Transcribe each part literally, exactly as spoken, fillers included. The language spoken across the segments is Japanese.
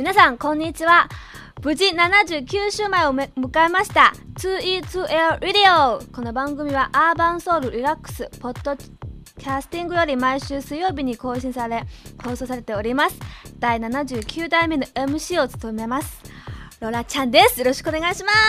皆さんこんにちは。無事ななじゅうきゅうしゅうまいを迎えました ツーイーツーエル Radio。 この番組はアーバンソウルリラックスポッドキャスティングより毎週水曜日に更新され放送されております。だいななじゅうきゅうだいめの エムシー を務めますロラちゃんです。よろしくお願いします。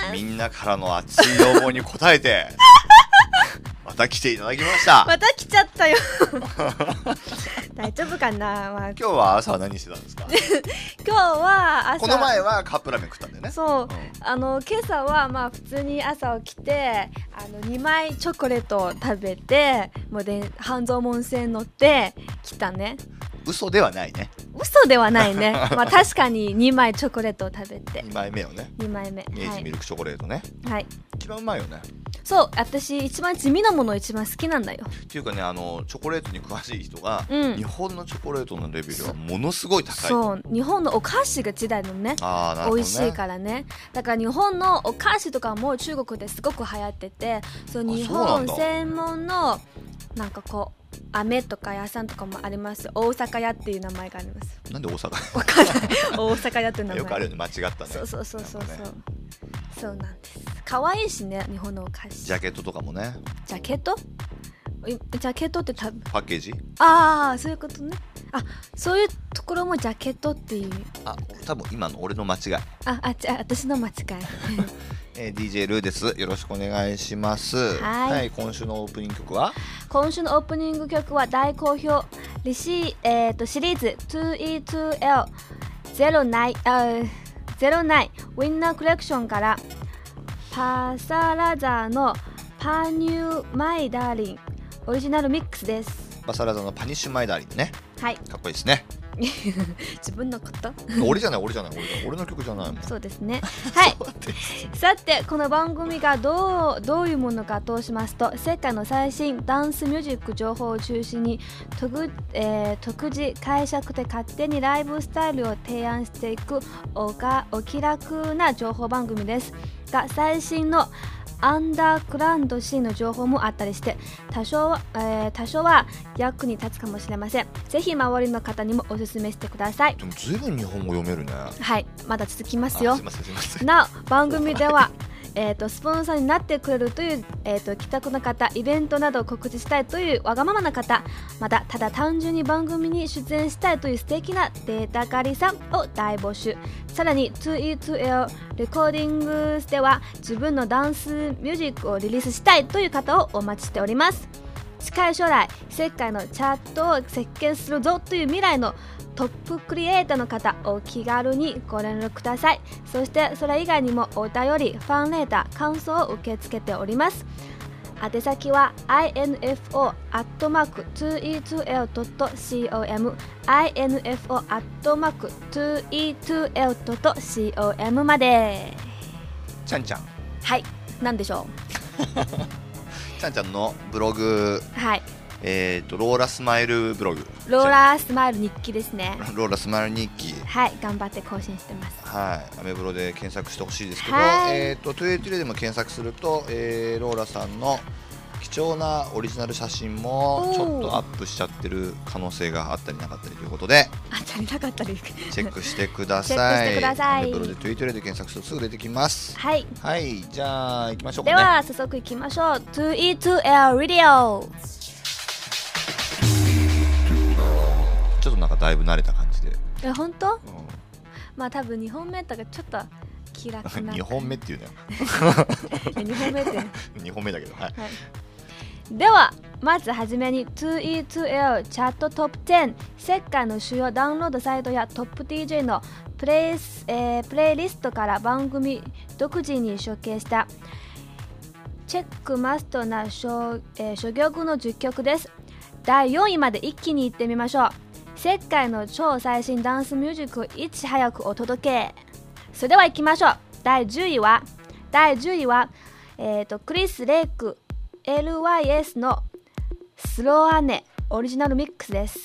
みんなからの熱い要望に応えてまた来ていただきました。 また来ちゃったよ大丈夫かな、まあ、 今日は朝は何してたんですか今日は朝この前はカップラーメン食ったんだよね。 そう、 うん、 あの今朝はまあ普通に朝起きてあのにまいチョコレートを食べてもうで半蔵門線乗って来たね。 嘘ではないね。 嘘ではないねまあ確かににまいチョコレートを食べてにまいめをね、 にまいめ明治ミルクチョコレートね、 はい、 一番うまいよね。 そう、私一番地味なもの一番好きなんだよ。 っていうかね、あのチョコレートに詳しい人が、 うん、 日本のチョコレートのレベルはものすごい高い。 そう、日本のお菓子が時代のね、 あー、なるほどね、 美味しいからね。だから日本のお菓子とかも中国ですごく流行ってて、そう日本専門のなんかこう飴とか屋さんとかもあります。大阪屋っていう名前があります。 なんで大阪わかんない大阪屋っていう名前よくあるよね、間違ったね。 そうそうそうそうそう、 ね、 そうなんです。可愛いしね、日本のお菓子。 ジャケットとかもね。 ジャケットジャケットってたパッケージ、 ああそういうことね。あ、そういうところもジャケットっていう。 あ、多分今の俺の間違い。 ああ、じゃあ私の間違いえー、ディージェー ルーです。よろしくお願いします。 はい、 はい、今週のオープニング曲は今週のオープニング曲は大好評リシ、えー、とシリーズ ツーイーツーエルゼロナイン あゼロナインウィンナーコレクションからパサラザのパニューマイダーリンオリジナルミックスです。 パサラザのパニッシュマイダーリンね。 はい、 かっこいいですね自分のこと俺じゃない俺じゃない俺じゃない俺の曲じゃないもん。 そうですねはいさてこの番組がどう、どういうものかとしますと、世界の最新ダンスミュージック情報を中心に特、えー、特自解釈で勝手にライブスタイルを提案していくおがお気楽な情報番組ですが、最新のアンダーグラウンドシーンの情報もあったりして多少は、えー、多少は役に立つかもしれません。ぜひ周りの方にもおすすめしてください。 でもずいぶん日本語読めるね。 はい、まだ続きますよ。 すいませんすいません。 なお番組ではえーとスポンサーになってくれるという、えーと企画の方、イベントなどを告知したいというわがままな方、またただ単純に番組に出演したいという素敵なデータ狩りさんを大募集。さらに ツーイーツーエル レコーディングでは自分のダンスミュージックをリリースしたいという方をお待ちしております。近い将来世界のチャートを席巻するぞという未来のトップクリエイターの方、お気軽にご連絡ください。そしてそれ以外にもお便り、ファンレーター、感想を受け付けております。宛先は アイエヌエフオー アットマーク ツーイーツーエル ドット コム アイエヌエフオー アットマーク ツーイーツーエル ドット コム まで。 ちゃんちゃん、 はい、なんでしょうちゃんちゃんのブログ、 はい、 えーとローラスマイルブログ、 ローラースマイル日記ですね。 ローラスマイル日記、 はい、頑張って更新してます。 はい、アメブロで検索してほしいですけど、 はい、 えーとトゥエイトゥレでも検索すると、えー、ローラさんの貴重なオリジナル写真もちょっとアップしちゃってる可能性があったりなかったりということで、 あったりなかったりチェックしてください。 チェックしてください。 アメブロでトゥエイトゥレで検索するとすぐ出てきます。 はい、 はい、じゃあ行きましょうかね。 では早速行きましょう。 ツーイーツーエル Radio。 ちょっとなんかだいぶ慣れた感じで。 え、本当？ うん、 まあ多分にほんめとかちょっと気楽なにほんめっていうねにほんめってにほんめだけど、はい、はい、 ではまずはじめに ツーイーツーエル チャートトップじゅう、世界の主要ダウンロードサイトやトップ ディージェー のプレイス、えー、プレイリストから番組独自に処刑したチェックマストな諸、えー、諸曲のじゅっきょくです。だいよんいまで一気に行ってみましょう。世界の超最新ダンスミュージックをいち早くお届け。それでは行きましょう。だいじゅういはだいじゅういは、えーと、クリス・レイク エルワイエス のスローアネオリジナルミックスです。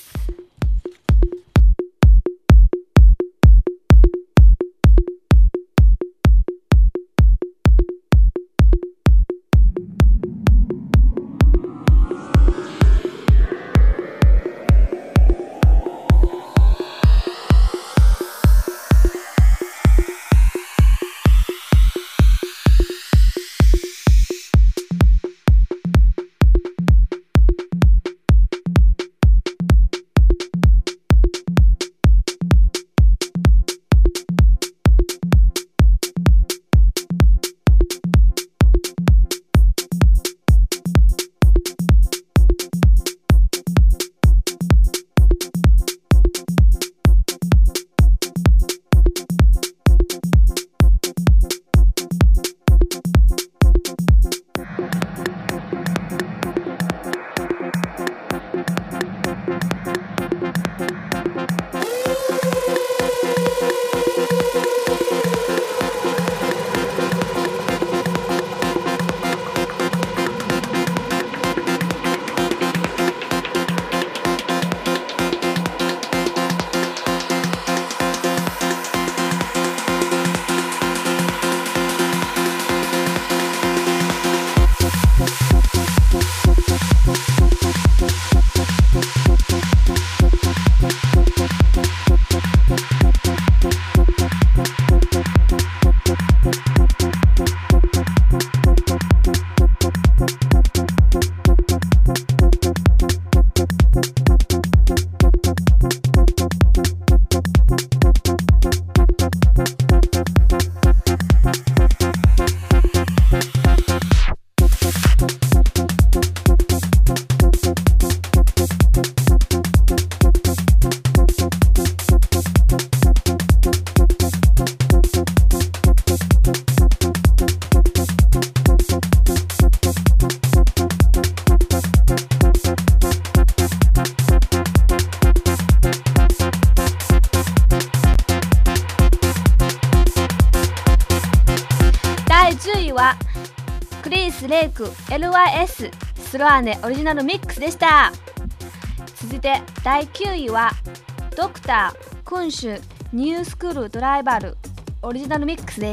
ス レイク エルワイエス スロアネオリジナルミックスでした。続いてだいきゅういはドクター君主ニュースクールドライバルオリジナルミックスです。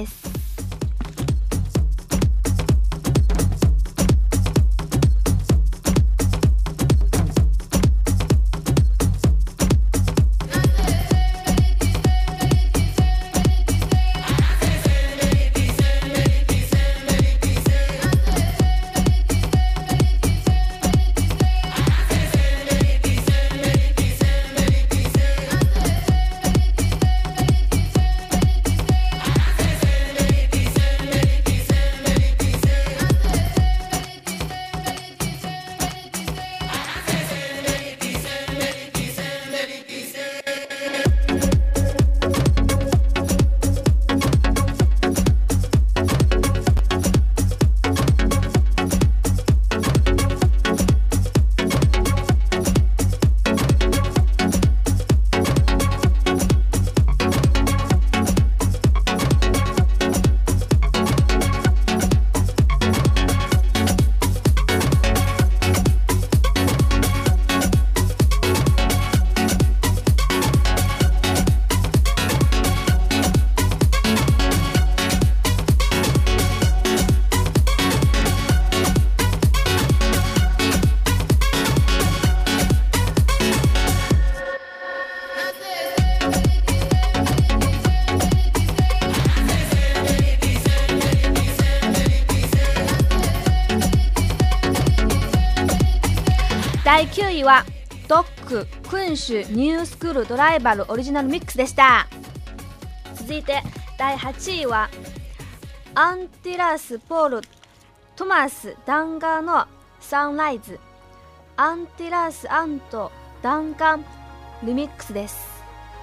だいきゅういはドック君主ニュースクールドライバルオリジナルミックスでした。続いてだいはちいはアンティラス・ポール・トマス・ダンガーのサンライズアンティラス・アント・ダンカンリミックスです。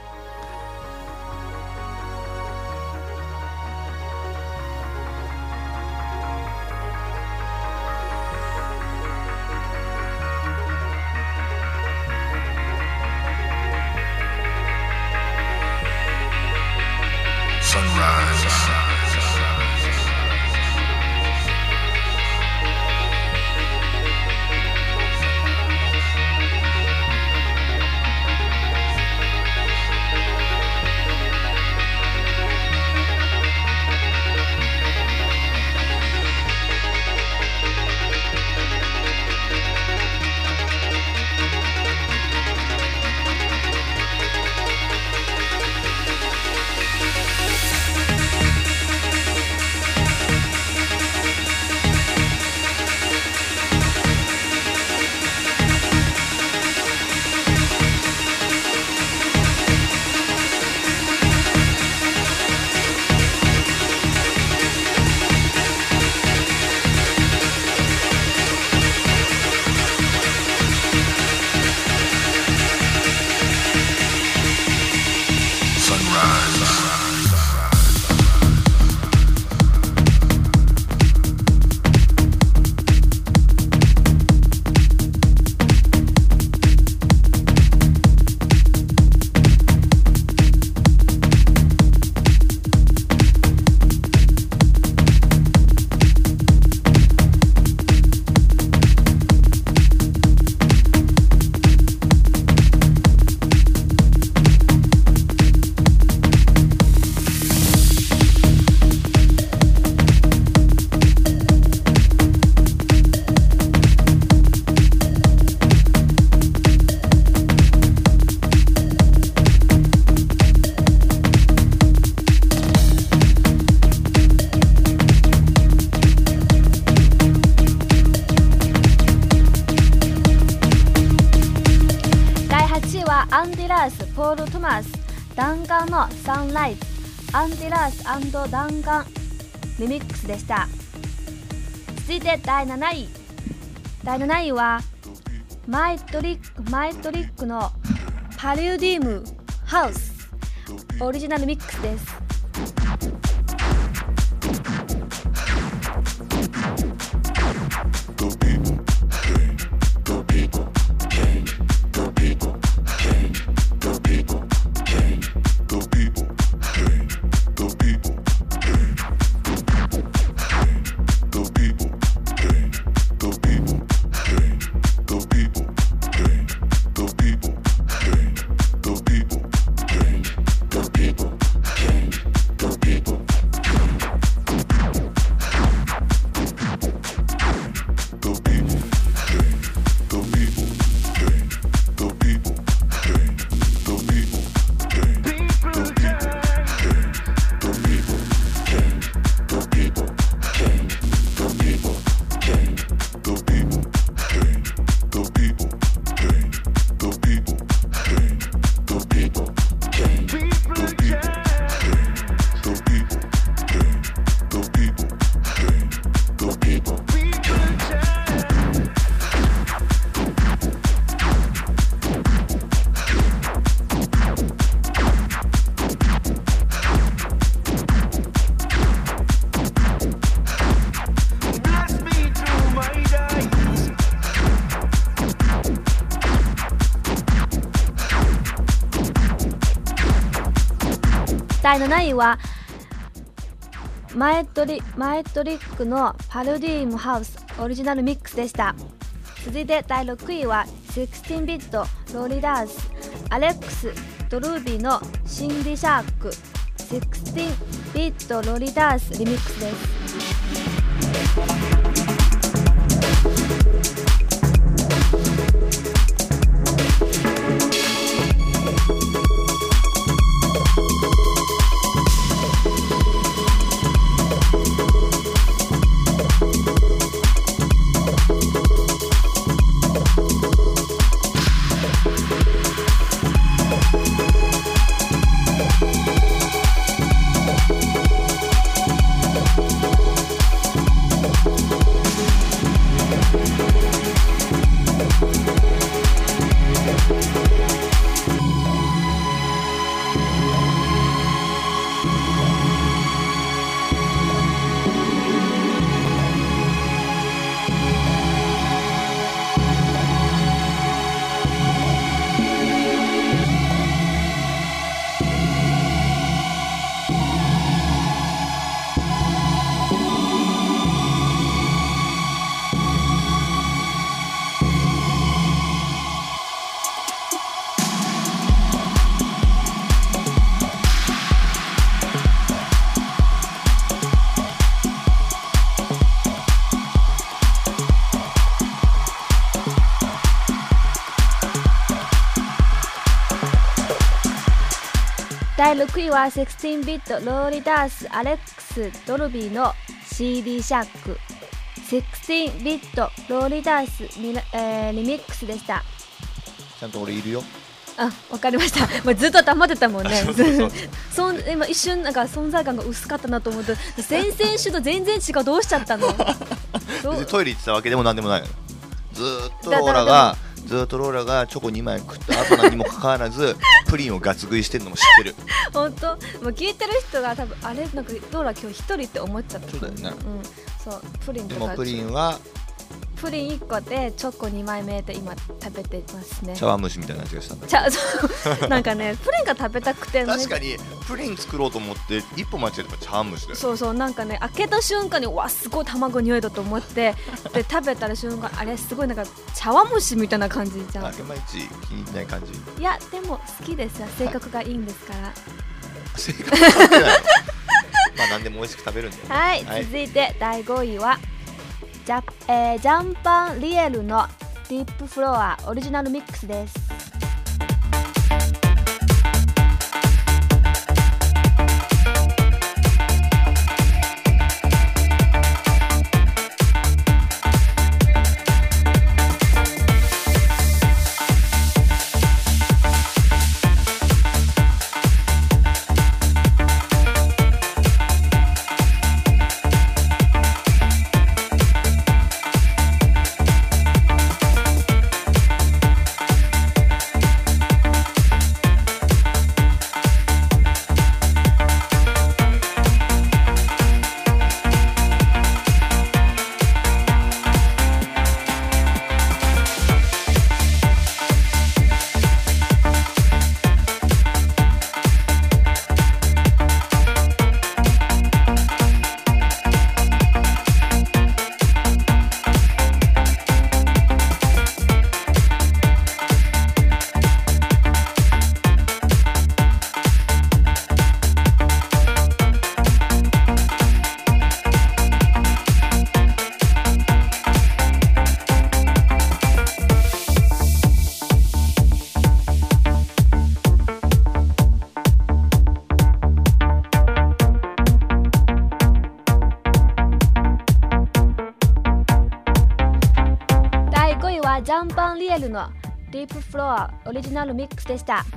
アンディラース・ポール・トマス・ダンガンのサンライズアンディラース&ダンガンリミックスでした。続いてだいなないだいなないはマイトリックマイトリックのパリュディウムハウスオリジナルミックスです。 だいなないはマエトリマエトリックのパルディームハウスオリジナルミックスでした。続いてだいろくいはじゅうろくビットロリダースアレックス・ドルービーのシンディシャークじゅうろくビットロリダースリミックスです。だいろくいはじゅうろくビットローリダースアレックス・ドルビーの シーディー シャックじゅうろくビットローリダースリ、えー、リミックスでした。 ちゃんと俺いるよ。 あ、わかりました。もうずっと黙ってたもんね。 そうそうそうそん今一瞬なんか存在感が薄かったなと思って先々週と全然違う。どうしちゃったの？ 別にトイレ行ってたわけでもなんでもないの。ずーっとローラがずーっとローラがチョコにまい食った後なにもかかわらずプリンをガツ食いしてるのも知ってる。 本当もう聞いてる人が多分あれなんかローラ今日一人って思っちゃった。 そうだよね。 うん、そうプリンとか。 でもプリンはプリンいっこでチョコにまいめで今食べてますね。 茶碗蒸しみたいな味がしたんだ。 茶そうなんかねプリンが食べたくて、ね、 確かにプリン作ろうと思って一歩間違えれば茶碗蒸しだよ。 そうそうなんかね開けた瞬間にわすごい卵匂いだと思ってで食べたら瞬間あれすごいなんか茶碗蒸しみたいな感じじゃん。 あいまいち気に入ってない感じ。 いやでも好きですよ。性格がいいんですから。 性格が関係ないまあ何でも美味しく食べるんで、ね、 はい、はい、続いてだいごいはジャ、えー、ジャンパンリエルのディープフロアオリジナルミックスです。ジャンパンリエルのディープフロアオリジナルミックスでした。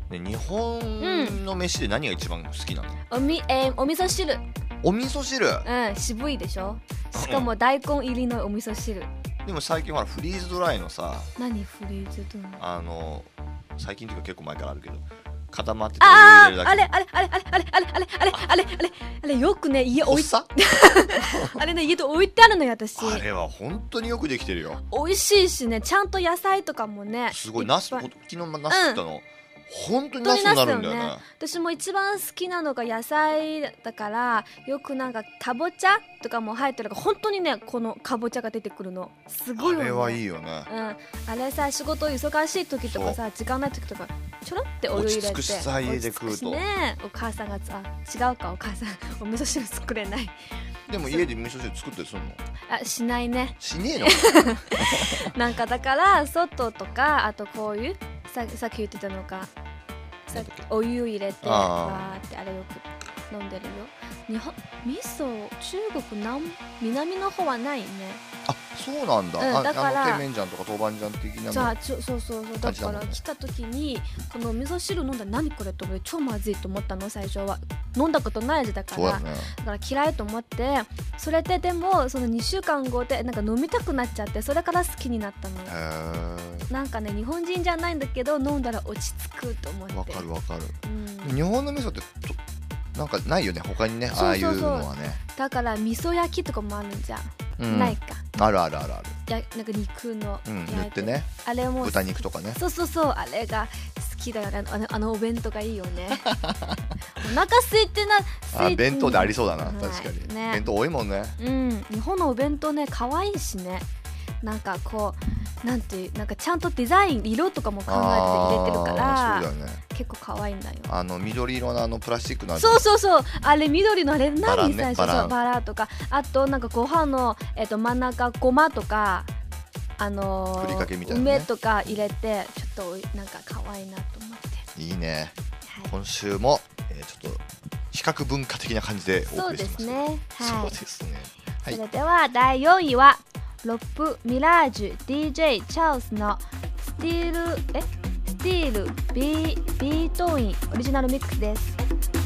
で日本の飯で何が一番好きなの？ おみ、えー、お味噌汁。 お味噌汁。 うん、渋いでしょ。しかも大根入りのお味噌汁。 でも最近ほらフリーズドライのさ、 何フリーズドライ？ あの最近というか結構前からあるけど固まっててお湯あ入れるだけ。 あ、あれあれあれあれあれあれあれあれあれあれあれよくね家置いさあれね家で置いてあるのよ私。 あれは本当によくできてるよ。 美味しいしね、ちゃんと野菜とかもね。 すごいナス、昨日ナス食ったの。本当にナスになるんだよね。 私も一番好きなのが野菜だから、よくなんかかぼちゃとかも入ってるから本当にねこのかぼちゃが出てくるのすごいよね。 あれはいいよね。 うん、あれさ仕事忙しい時とかさ時間ない時とかちょろってお湯入れて落ち着くしさ家で食うとね、お母さんがあ違うかお母さんお味噌汁作れない。 でも家で味噌汁作ったりするの？ あしないね。 しねえのなんかだから外とかあとこういうさ, さっき言ってたのかさお湯入れてわーってあれよく飲んでるよ。日本味噌中国南南の方はないね。 あそうなんだ、 うん、だからあの甜麺醤とか豆板醤的なの。 じゃあちょそうそうそうだから来た時にこの味噌汁飲んだら何これと思って超まずいと思ったの最初は。飲んだことない味だからだ,、ね、だから嫌いと思ってそれででもそのにしゅうかんごでなんか飲みたくなっちゃってそれから好きになったの。 へなんかね日本人じゃないんだけど飲んだら落ち着くと思って。 わかるわかる、 うん、 日本の味噌ってなんかないよね他にね。ああいうのはね。 だから味噌焼きとかもあるんじゃん、うん、ないか。 あるあるあるある。 やなんか肉の、 うん、塗ってね。 あれも豚肉とかね。 そうそうそうあれが好きだよね。あのあのお弁当がいいよね。お腹空いてなあ弁当でありそうだな、はい、確かに、 ね、 弁当多いもんね。 うん日本のお弁当ね可愛いしね。なんかこうなんてなんかちゃんとデザイン色とかも考えて入れてるからそうだよね、 結構可愛いんだよ。 あの緑色のあのプラスチックのそうそうそうあれ緑のあれ何、ね、最初バランバラとかあとなんかご飯の、えー、と真ん中ごまとかあのー、 ふりかけみたいな、ね、 梅とか入れてちょっとなんか可愛いなと思っていいね、 はい、 今週も、えー、ちょっと比較文化的な感じでお送りしてます。 そうですね、はい、 そうですね、はい、 それではだいよんいはロップミラージュ ディージェー チャールズのスティールえスティール ビー, ビートインオリジナルミックスです。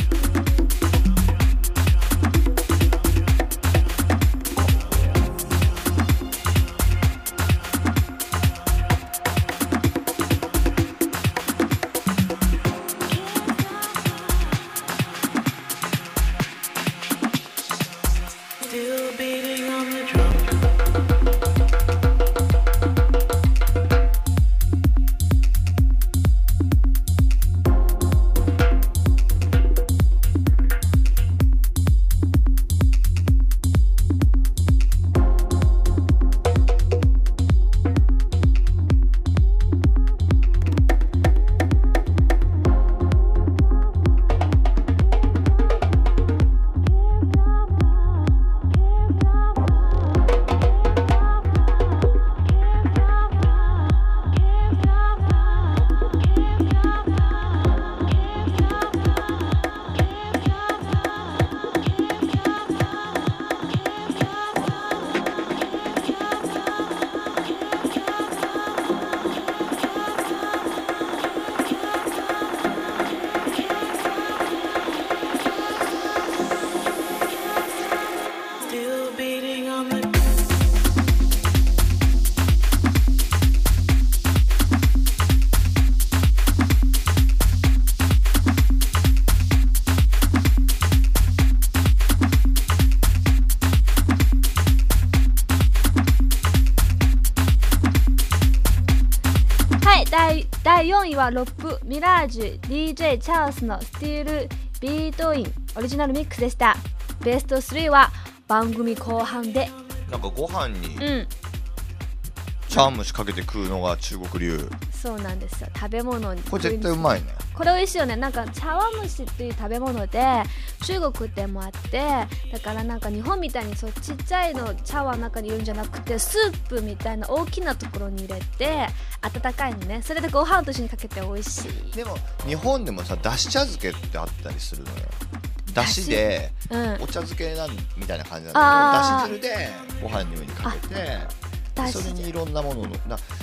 だいよんいはロップミラージュ ディージェー チャールズのスティールビートインオリジナルミックスでした。ベストスリーは番組後半で。 なんかご飯に、 うん、 茶碗蒸しかけて食うのが中国流。 そうなんですよ。食べ物にこれ絶対うまいね。 これ美味しいよね。なんか茶碗蒸しっていう食べ物で中国でもあって、だからなんか日本みたいにそうちっちゃいの茶碗の中に入れるんじゃなくてスープみたいな大きなところに入れて温かいのね。それでご飯と一緒にかけて美味しい。 でも日本でもさだし茶漬けってあったりするのよ。だしでお茶漬けなんみたいな感じなんだけど、だし汁でご飯の上にかけて、それにいろんなもののな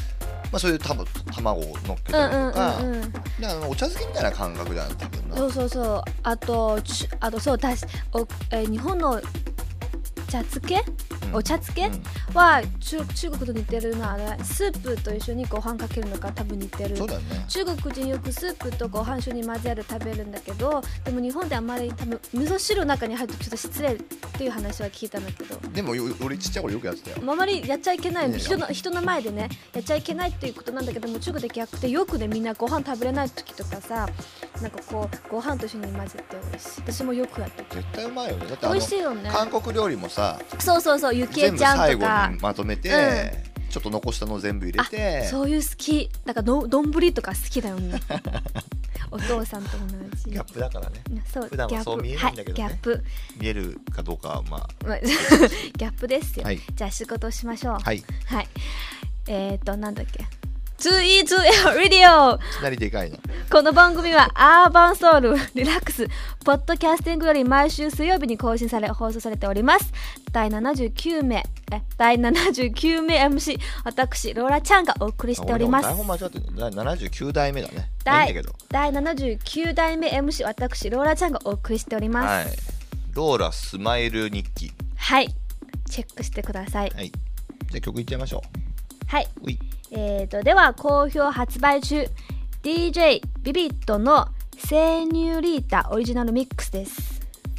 まあ、そういうた卵を乗っけたりとか、 うんうんうんうん、 であのお茶漬けみたいな感覚じゃん多分な。 そうそうそう。あとあとそうだしお、えー、日本の茶漬け、うん、お茶漬け、うん、は 中, 中国と似てるのはあれスープと一緒にご飯かけるのが多分似てる。 そうだよね。 中国人よくスープとご飯一緒に混ぜる食べるんだけど、でも日本であんまり多分味噌汁の中に入るとちょっと失礼っていう話は聞いたんだけど。 でも俺ちっちゃい頃よくやってたよ。 あまりやっちゃいけない、ね、人の人の前でねやっちゃいけないっていうことなんだけども、中国で逆でよくねみんなご飯食べれない時とかさ、なんかこうご飯と一緒に混ぜて美味しい。私もよくやってる。 絶対うまいよね。だってあの美味しいよね。 韓国料理もさ、 そうそうそう、ゆきえちゃんとか全部最後にまとめて、うん、ちょっと残したのを全部入れて。 そういう好き。なんかの丼とか好きだよね。お父さんと同じ。 ギャップだからね。 そう、 普段はそう見えないんだけどね。 はい、ギャップ。 見えるかどうかはまあ。 ギャップですよ。はい、じゃあ仕事をしましょう。 はい。 はい。えーとなんだっけ。ツーイーツーエル Radio。 いきなりでかいの。 この番組はアーバンソウルリラックスポッドキャスティングより毎週水曜日に更新され放送されております。第ななじゅうきゅうめいえ第ななじゅうきゅうめい エムシー 私ローラちゃんがお送りしております。 台本間違ってる。ななじゅうきゅうだいめだね。 第第ななじゅうきゅうだいめ エムシー 私ローラちゃんがお送りしております。 はい。ローラスマイル日記。 はい。チェックしてください。 はい。じゃあ曲いっちゃいましょう。 はい。 うい。 えーとでは好評発売中 ディージェー ビビットのセニューリータオリジナルミックスです。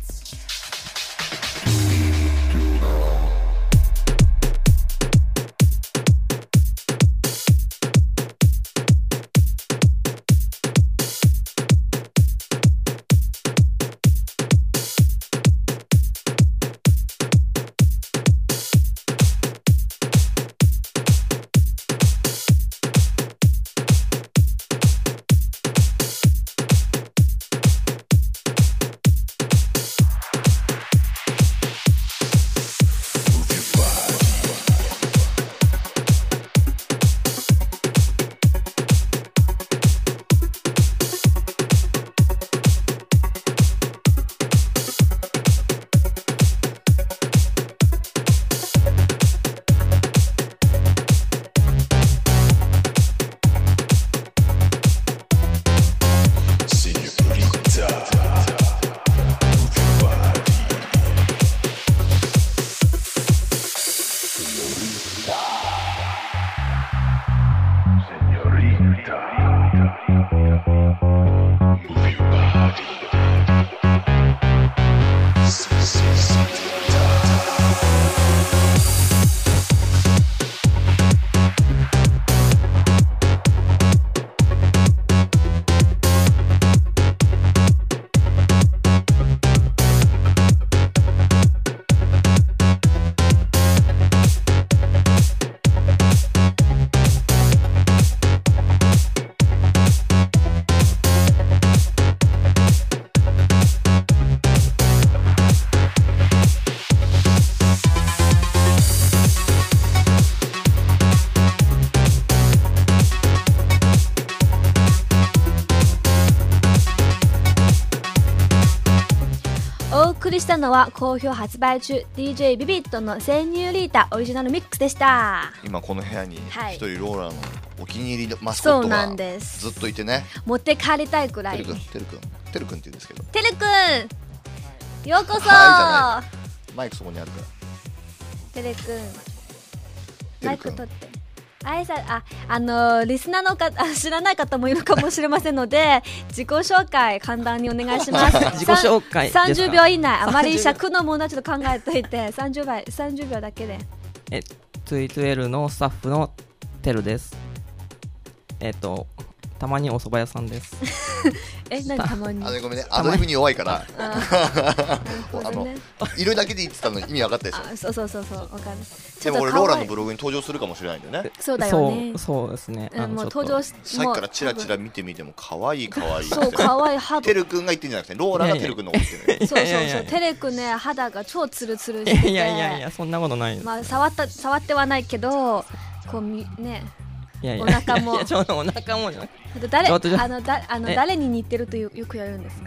お送りしたのは好評発売中 ディージェー ビビットのセニューリータオリジナルミックスでした。 今この部屋に一人ローラのお気に入りのマスコットがずっといてね、 持って帰りたいくらい。 てるくんてるくんてるくんって言うんですけど、 てるくんようこそ。 はい、マイクそこにあるから。 てるくんマイク取って。あいさああのー、リスナーの方知らない方もいるかもしれませんので自己紹介簡単にお願いします。 自己紹介さんじゅうびょう以内、あまり尺の問題ちょっと考えておいてさんじゅうびょう、さんじゅうびょうだけで。 えツイートエルのスタッフのテルです。えっとたまにお蕎麦屋さんですえ、何たまに。 あのごめんね、アドリブに弱いからあのいるだけで言ってたのに意味分かったでしょ。 あ、そうそうそうそう、分かる。 でも俺ローラのブログに登場するかもしれないんだよね。 そうだよね。 そうそうですね、 うん、もう登場しさっきからチラチラ見てみても可愛い可愛い。 そう可愛い肌。 テル君が言ってんじゃなくてローラがテル君のこと言ってる。 そうそうそう、テル君ね肌が超ツルツルしてて。 いやいやいやそんなことないです。 まあ触った触ってはないけどこうみね。 いやいやお腹もいやちょっとお腹もじゃない。 誰あのだあの誰に似てるとよくやるんですか。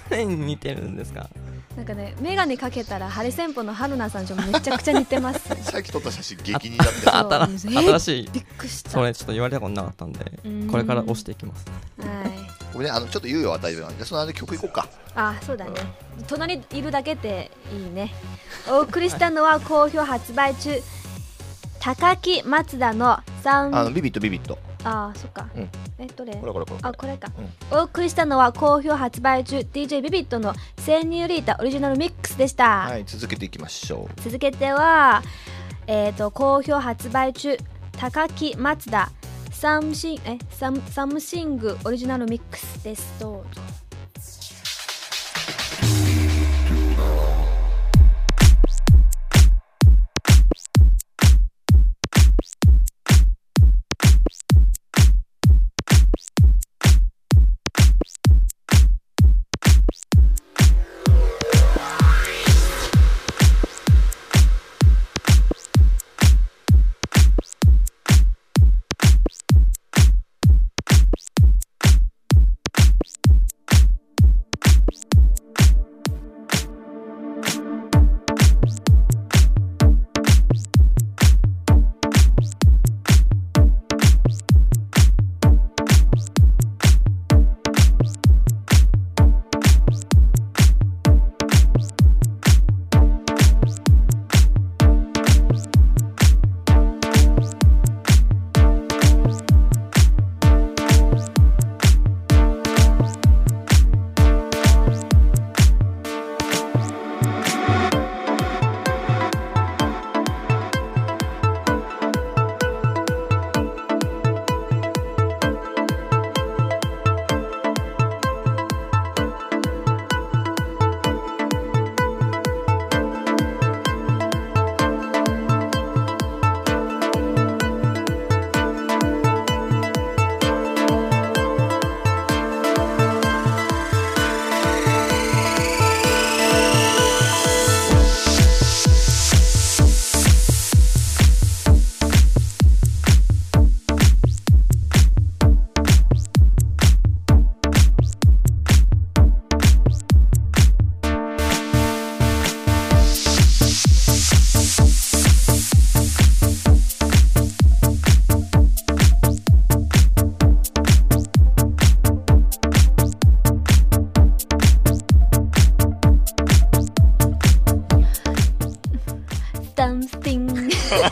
誰に似てるんですか？ なんかね、メガネかけたらハリセンボンの春菜さんとめちゃくちゃ似てますさっき撮った写真激似だってあたらそう新しいびっくりした。 それちょっと言われたことなかったんでうんこれから押していきます。 はい。 ごめんね、あのちょっと猶予を与えるので、その間曲いこうか。 あ、そうだね。隣にいるだけでいいね。お送りしたのは好評発売中、高木松田のサンあのビビットビビット。 あー、そっか。 うんえ、どれ？ これこれこれ。 あ、これか、 うんお送りしたのは好評発売中 ディージェー ビビットのセニューリータオリジナルミックスでした、 はい、続けていきましょう。 続けては、えー、と好評発売中高木松田サムシンえサムサムシングオリジナルミックスです。どうぞ。something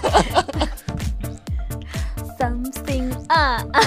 something ああ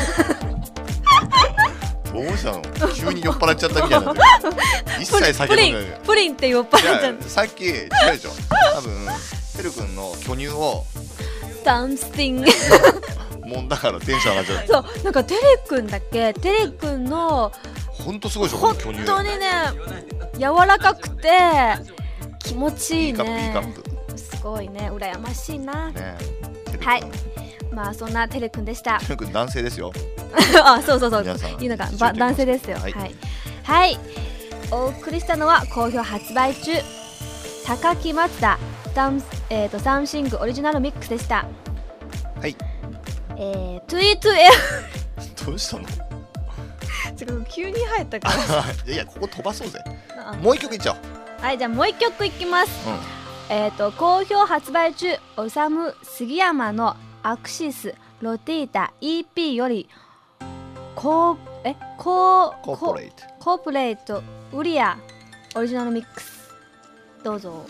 どうしたの？急に酔っ払っちゃったみたいなんだけど一切酒プリン飲んでない。 プリンって酔っ払っちゃっいやさっき違うでしょ、多分てるくんの巨乳をた something もんだからテンション上がっちゃう。 そうなんかテレくんだっけテレくんのほんとすごいでしょこ本の巨乳。 当にね柔らかくて気持ちいいね。 いいカップいいカップすごいね羨ましいな、 ね。てるくんはいまあそんなテレくんでしたてるくん男性ですよ。 あそうそうそう皆さんいいのか注意ば男性ですよははいい、はいはいお送りしたのは好評発売中高木松田サム、えー、とサムシングオリジナルミックスでした。 はいえー、トゥイートゥエどうしたの？ ちょっと急に入ったからいやいやここ飛ばそうぜ。 あもう一曲いっちゃおう。 はいじゃあもう一曲いきます。 うんえー、と好評発売中おさむ杉山のアクシスロティータ イーピー よりコーえコーコーポレート。 コーポレートウリアオリジナルミックスどうぞ。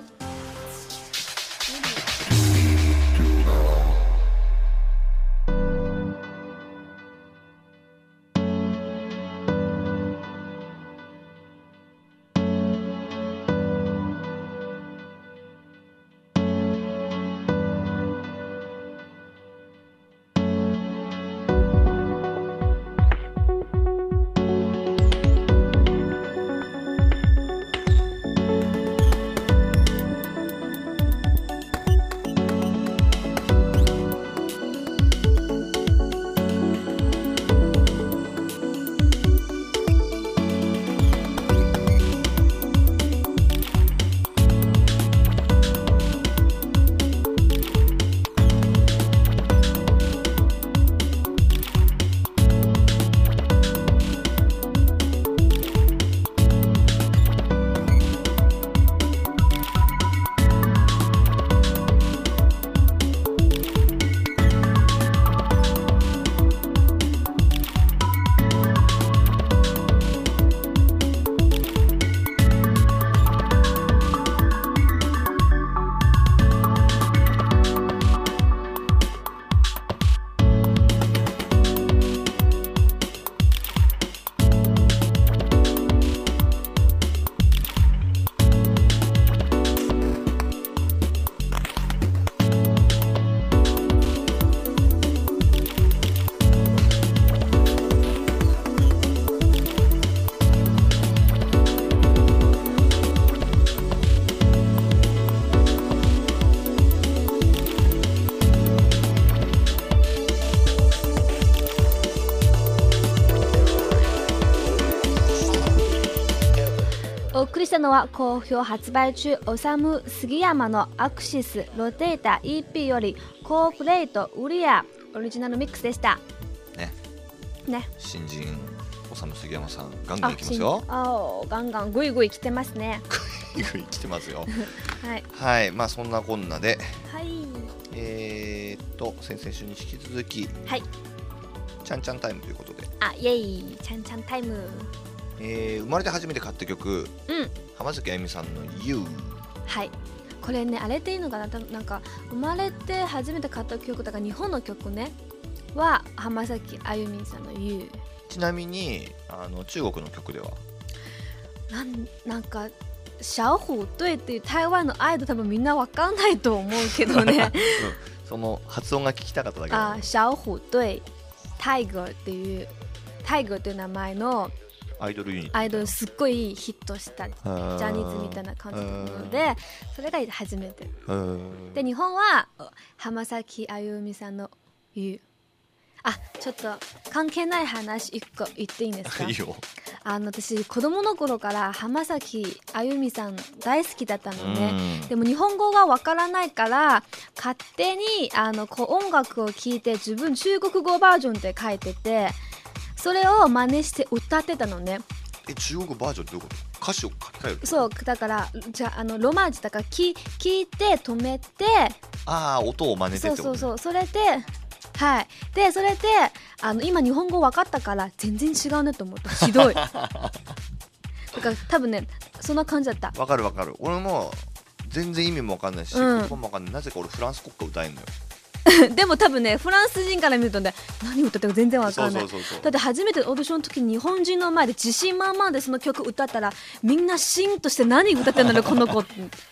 お送りしたのは好評発売中オサム杉山のアクシスロテータ イーピー よりコープレイトウリアオリジナルミックスでしたね。 ね。 新人おさむ杉山さんガンガンいきますよ。 ああガンガングイグイ来てますね。 グイグイ来てますよ。 はい。 はい、まあそんなこんなで、 はい。 えー、っと先々週に引き続き、 はい。 ちゃんちゃんタイムということで、 あイエイちゃんちゃんタイム。 えー、生まれて初めて買った曲、 うん。 浜崎あゆみさんの You。 はい。これねあれっていいのかな、多分なんか生まれて初めて買った曲だから日本の曲ねは浜崎あゆみさんの You。 ちなみにあの中国の曲ではなんなんか小虎隊っていう台湾のアイドル多分みんなわかんないと思うけどね。 うん、その発音が聞きたかっただけだ、ね、 あ小虎隊タイガーっていうタイガーという名前のアイドルユニットアイドルすっごいヒットしたジャニーズみたいな感じなのでそれが初めてで日本は浜崎あゆみさんの You。 あちょっと関係ない話一個言っていいんですか？ いいよ。 あの私子供の頃から浜崎あゆみさん大好きだったのね。でも日本語がわからないから勝手にあのこう音楽を聴いて自分中国語バージョンで書いててそれを真似して歌ってたのね。 え中国バージョンどういうこと？歌詞を書き換える？ そうだからじゃあ、あのロマンチだから聞いて止めてああ音を真似てってこと、ね、 そうそうそうそれではいでそれであの今日本語分かったから全然違うねと思ったひどいだから多分ねそんな感じだった。 わかるわかる。俺も全然意味もわかんないし、うん、言葉もわかんない。なぜか俺フランス国歌歌えんのよ。 でも多分ねフランス人から見るとね何歌ってるか全然わかんない。 そうそうそうそう。 だって初めてオーディションの時に日本人の前で自信満々でその曲歌ったらみんなシーンとして何歌ってんだろうこの子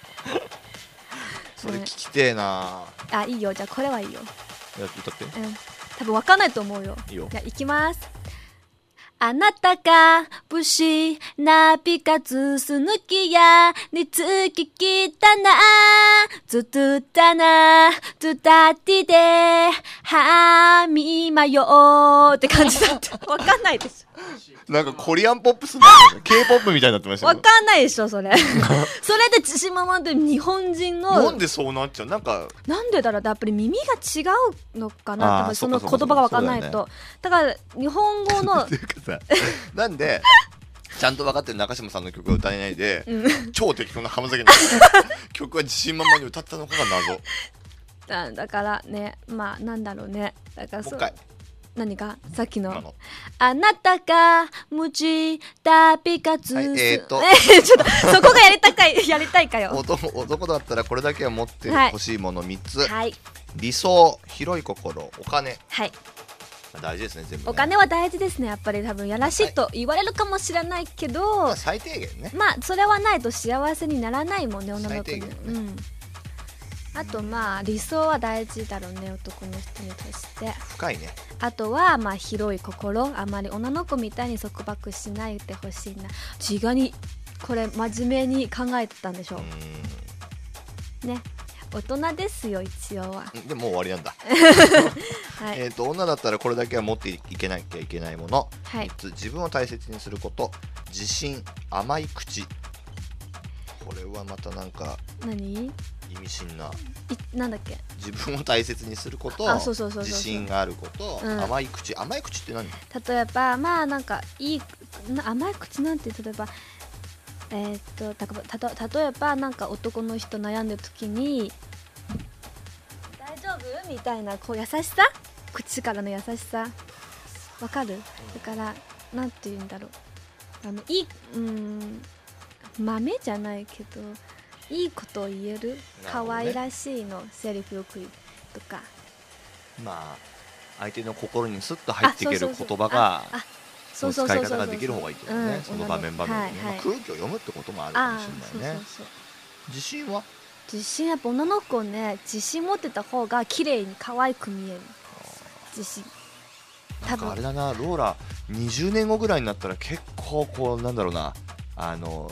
それ聞きてえな、 ね、あいいよじゃあこれはいいよ。 いや歌って、 うん、多分わかんないと思うよ。 いいよ。 じゃあ行きます。あなたが不思なピカツス抜きやにつききたなずっとたなずたってではみまよって感じだった。わかんないでしょ。 なんかコリアンポップスみたいな K-ポップ みたいになってましたよ。 わかんないでしょそれそれで自信満々で日本人のなんでそうなっちゃうなんかなんでだろうやっぱり耳が違うのかな多分その言葉がわかんないと だ, だから日本語のなんでちゃんと分かってる中島さんの曲を歌えないで、うん、超適当な浜崎の曲は自信満々に歌ったのかが謎だ, だからねまあなんだろうねだからそうもう一回何かさっき の, のあなたが無事だピカツ、はい、えー、っとちょっとそこがやりたかいやりたいかよ 男, 男だったらこれだけは持ってほしいものみっつ、 はい、 理想広い心お金、 はい、 大事ですね全部ね。 お金は大事ですねやっぱり多分やらしいと言われるかもしれないけど、はい、 まあ、最低限ねまあそれはないと幸せにならないもんね女の子に、ね、うん、あとまあ理想は大事だろうね男の人にとして深いね。 あとはまあ広い心あまり女の子みたいに束縛しないでほしいな。違うにこれ真面目に考えてたんでしょうね。大人ですよ一応は。 でもう終わりなんだ、はい、えーと女だったらこれだけは持っていけなきゃいけないもの、はい、みっつ自分を大切にすること自信甘い口。これはまたなんか何意味深な。 なんだっけ。 自分を大切にすること自信があること、うん、甘い口。甘い口って何？ 例えばまあなんかいい甘い口なんて例えばえー、っとだからた例えばなんか男の人悩んでる時に大丈夫みたいなこう優しさ口からの優しさわかる？だからなんて言うんだろうあのいいうん豆じゃないけどいいことを言える可愛らしいの、ね、セリフよく言うとかまあ相手の心にスッと入っていける言葉がその使い方ができる方がいいけどね。その場面場面で、ね、はいはい、空気を読むってこともあるかもしれないね。そうそうそう自信は自信やっぱ女の子ね自信持ってた方が綺麗に可愛く見える。自信なんかあれだなローラにじゅうねんごぐらいになったら結構こうなんだろうなあの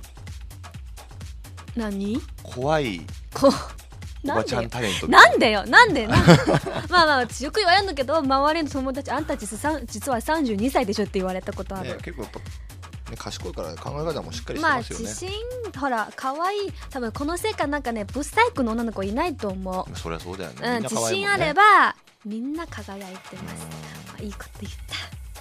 何怖いこおばちゃんタレントなんでよなんでなんでまあまあ私よく言われるんだけど周りの友達あんた実はさんじゅうにさいでしょって言われたことある、 ね、結構やっぱね、賢いから考え方もしっかりしてますよね。 まあ自信、ほら可愛い、多分このせいかなんかねブサイクの女の子いないと思う。 そりゃそうだよね、 うん、 みんな可愛いもんね。 自信あればみんな輝いてます。まあ、いいこと言った。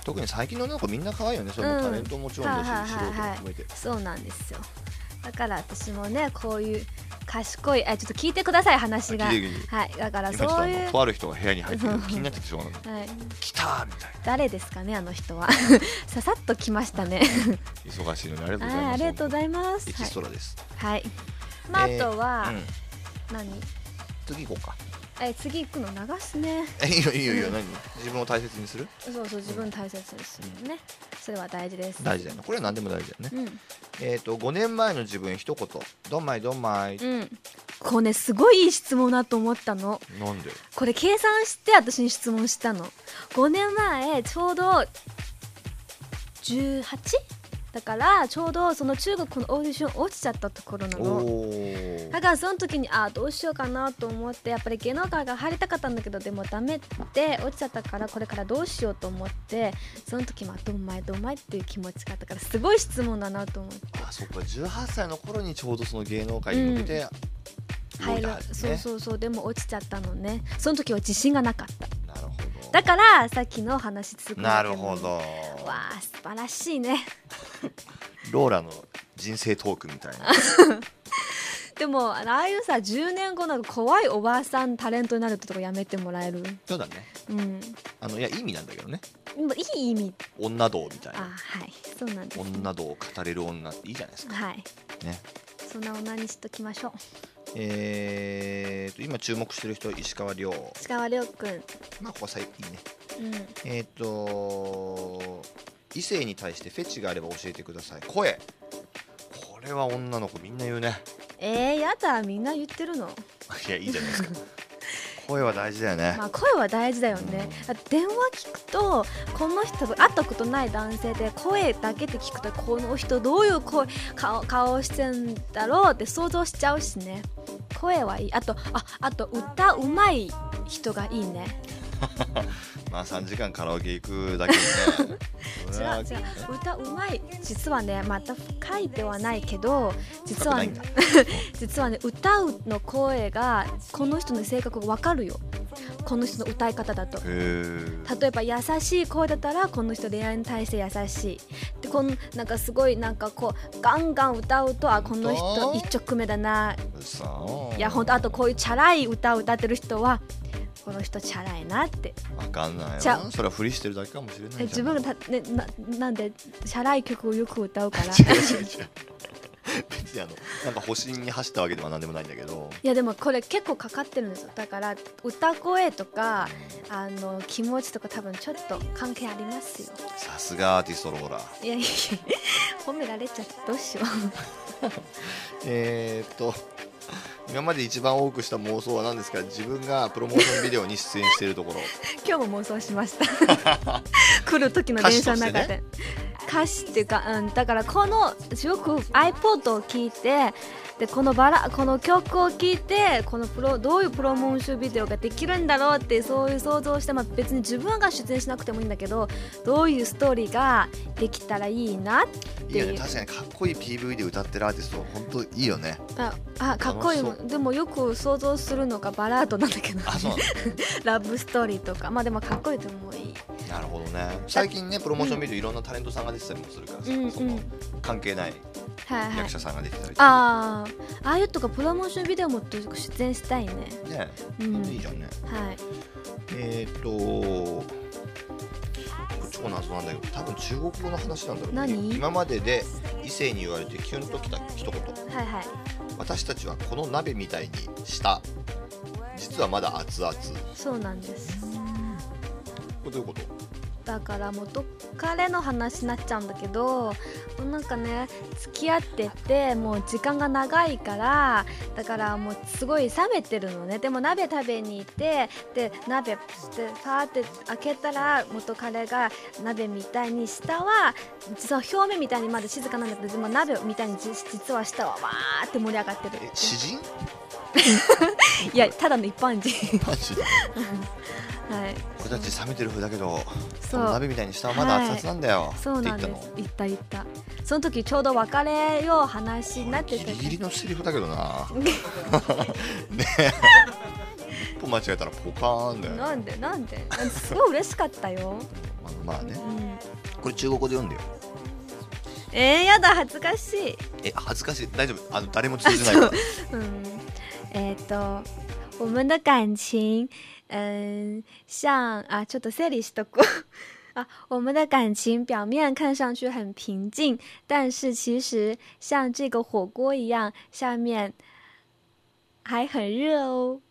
特に最近の女の子みんな可愛いよね。それもタレントももちろんだし、 うん、 素人も含めて。 そうなんですよ。だから私もねこういう賢い、あ、ちょっと聞いてください話が。はい、だからそういう。 とある人が部屋に入ってくる気になってきてしまうの。はい、来たーみたいな。 誰ですかねあの人は。ささっと来ましたね。 忙しいのにありがとうございます。 ありがとうございます。 エキストラです。 はい。まあ、あとは、何？ 次行こうか。 え、次行くの流すね。 え、いいよいいよいいよ。何？自分を大切にする？ そうそう、自分を大切にするね。それは大事です。 大事だよね。これは何でも大事だよね。えっとごねんまえの自分一言。どんまいどんまい。うん。 これねすごいいい質問だと思ったの。 なんで？ これ計算して私に質問したの。ごねんまえちょうどじゅうはち？だからちょうどその中国のオーディション落ちちゃったところなの。だからその時にあどうしようかなと思って、やっぱり芸能界が入りたかったんだけどでもダメって落ちちゃったから、これからどうしようと思って、その時まあどんまいどんまいっていう気持ちがあったから、すごい質問だなと思って。 あ、そっか、じゅうはっさいの頃にちょうどその芸能界に向けて、 うん、入る、ね、そうそうそう。でも落ちちゃったのね。その時は自信がなかった。 なるほど。 だからさっきの話すごい。 なるほど。 わあ素晴らしいね。 ローラの人生トークみたいな。 でもああいうさじゅうねんごの怖いおばあさんタレントになるってとこやめてもらえる？ そうだね。 うん。 あのいやいい意味なんだけどね。 いい意味。 女道みたいな。 あ、はいそうなんです、ね。 女道を語れる女っていいじゃないですか。 はい。 ね。 そんな女にしときましょう。 えーと今注目してる人、石川遼。 石川遼くん。 まあここ最近いいね。 うん。 えーと異性に対してフェチがあれば教えてください。声。これは女の子みんな言うね。 えー、やだ、みんな言ってるの？ いやいいじゃないですか。声は大事だよね。 まあ声は大事だよね。電話聞くとこの人会ったことない男性で声だけで聞くと、この人どういう声 顔, 顔してんだろうって想像しちゃうしね。声はいい。あとああと歌うまい人がいいね。 まあさんじかんカラオケ行くだけでね。 違う違う、歌うまい。実はね、また書いてはないけど、実はね実はね歌うの声がこの人の性格が分かるよ。この人の歌い方だと。例えば優しい声だったらこの人恋愛に対して優しい。でこのなんかすごいなんかこうガンガン歌うと、あこの人一曲目だな。いや本当、あとこういうチャラい歌を歌ってる人はこの人チャラいなって。 分かんないよ。それはふりしてるだけかもしれないじゃん。 自分がた、ね、な, なんでチャラい曲をよく歌うから。 違う違う違う。別にあのなんか保身に走ったわけではなんでもないんだけど。 いやでもこれ結構かかってるんですよ。だから歌声とか、うん、あの気持ちとか多分ちょっと関係ありますよ。 さすがアーティストローラー。 いやいや褒められちゃったどうしよう。 えっと今まで一番多くした妄想は何ですか？自分がプロモーションビデオに出演しているところ。 今日も妄想しました。来る時の電車の中で。歌詞っていうか、うん、だからこのよく iPod を聞いて、でこのバラこの曲を聴いて、このプロどういうプロモーションビデオができるんだろうって、そういう想像して、まあ、別に自分が出演しなくてもいいんだけど、どういうストーリーができたらいいなっていう。いいよね、 確かにかっこいい ピーブイ で歌ってるアーティスト本当いいよね。 ああかっこいい。でもよく想像するのがバラードなんだけど、 あそうラブストーリーとか、まあでもかっこいいと思う。いい。 なるほどね。最近ねプロモーションビデオいろんなタレントさんが出てたりもするからさ、うん、その関係ない役者さんが出てたりとか、 はいはい、あああいうとかプロモーションビデオも出演したいね。 ね、うん、いいじゃんね。 はい。 えっ、ー、と超謎なんだけど、多分中国語の話なんだろうね。 何？ 今までで異性に言われてキュンときた一言。 はいはい。 私たちはこの鍋みたいにした実はまだ熱々。 そうなんです。 これどういうこと？ だから元彼の話になっちゃうんだけど、なんかね付き合っててもう時間が長いから、だからもうすごい冷めてるのね。でも鍋食べに行って、で鍋してパーって開けたら元彼が鍋みたいに下は実は表面みたいにまだ静かなんだけど、でも鍋みたいに実は下はわーって盛り上がってる。 え詩人？ いやただの一般人。 はい、 俺たち冷めてる風だけどそう鍋みたいに下はまだ熱々なんだよ、はい、 そうなんです。言った言った。その時ちょうど別れよう話になってて、 ギリギリのセリフだけどなねえ一歩間違えたらポカーンだよ。 なんでなんですごい嬉しかったよまあ、まあね、うん、これ中国語で読んでよ。 えー、やだ恥ずかしい。 え恥ずかしい大丈夫、あの誰も通じないからうん、えっ、ー、と我们的感情嗯像啊ちょっと整理しとこう啊，我们的感情表面看上去很平静，但是其实像这个火锅一样，下面还很热哦。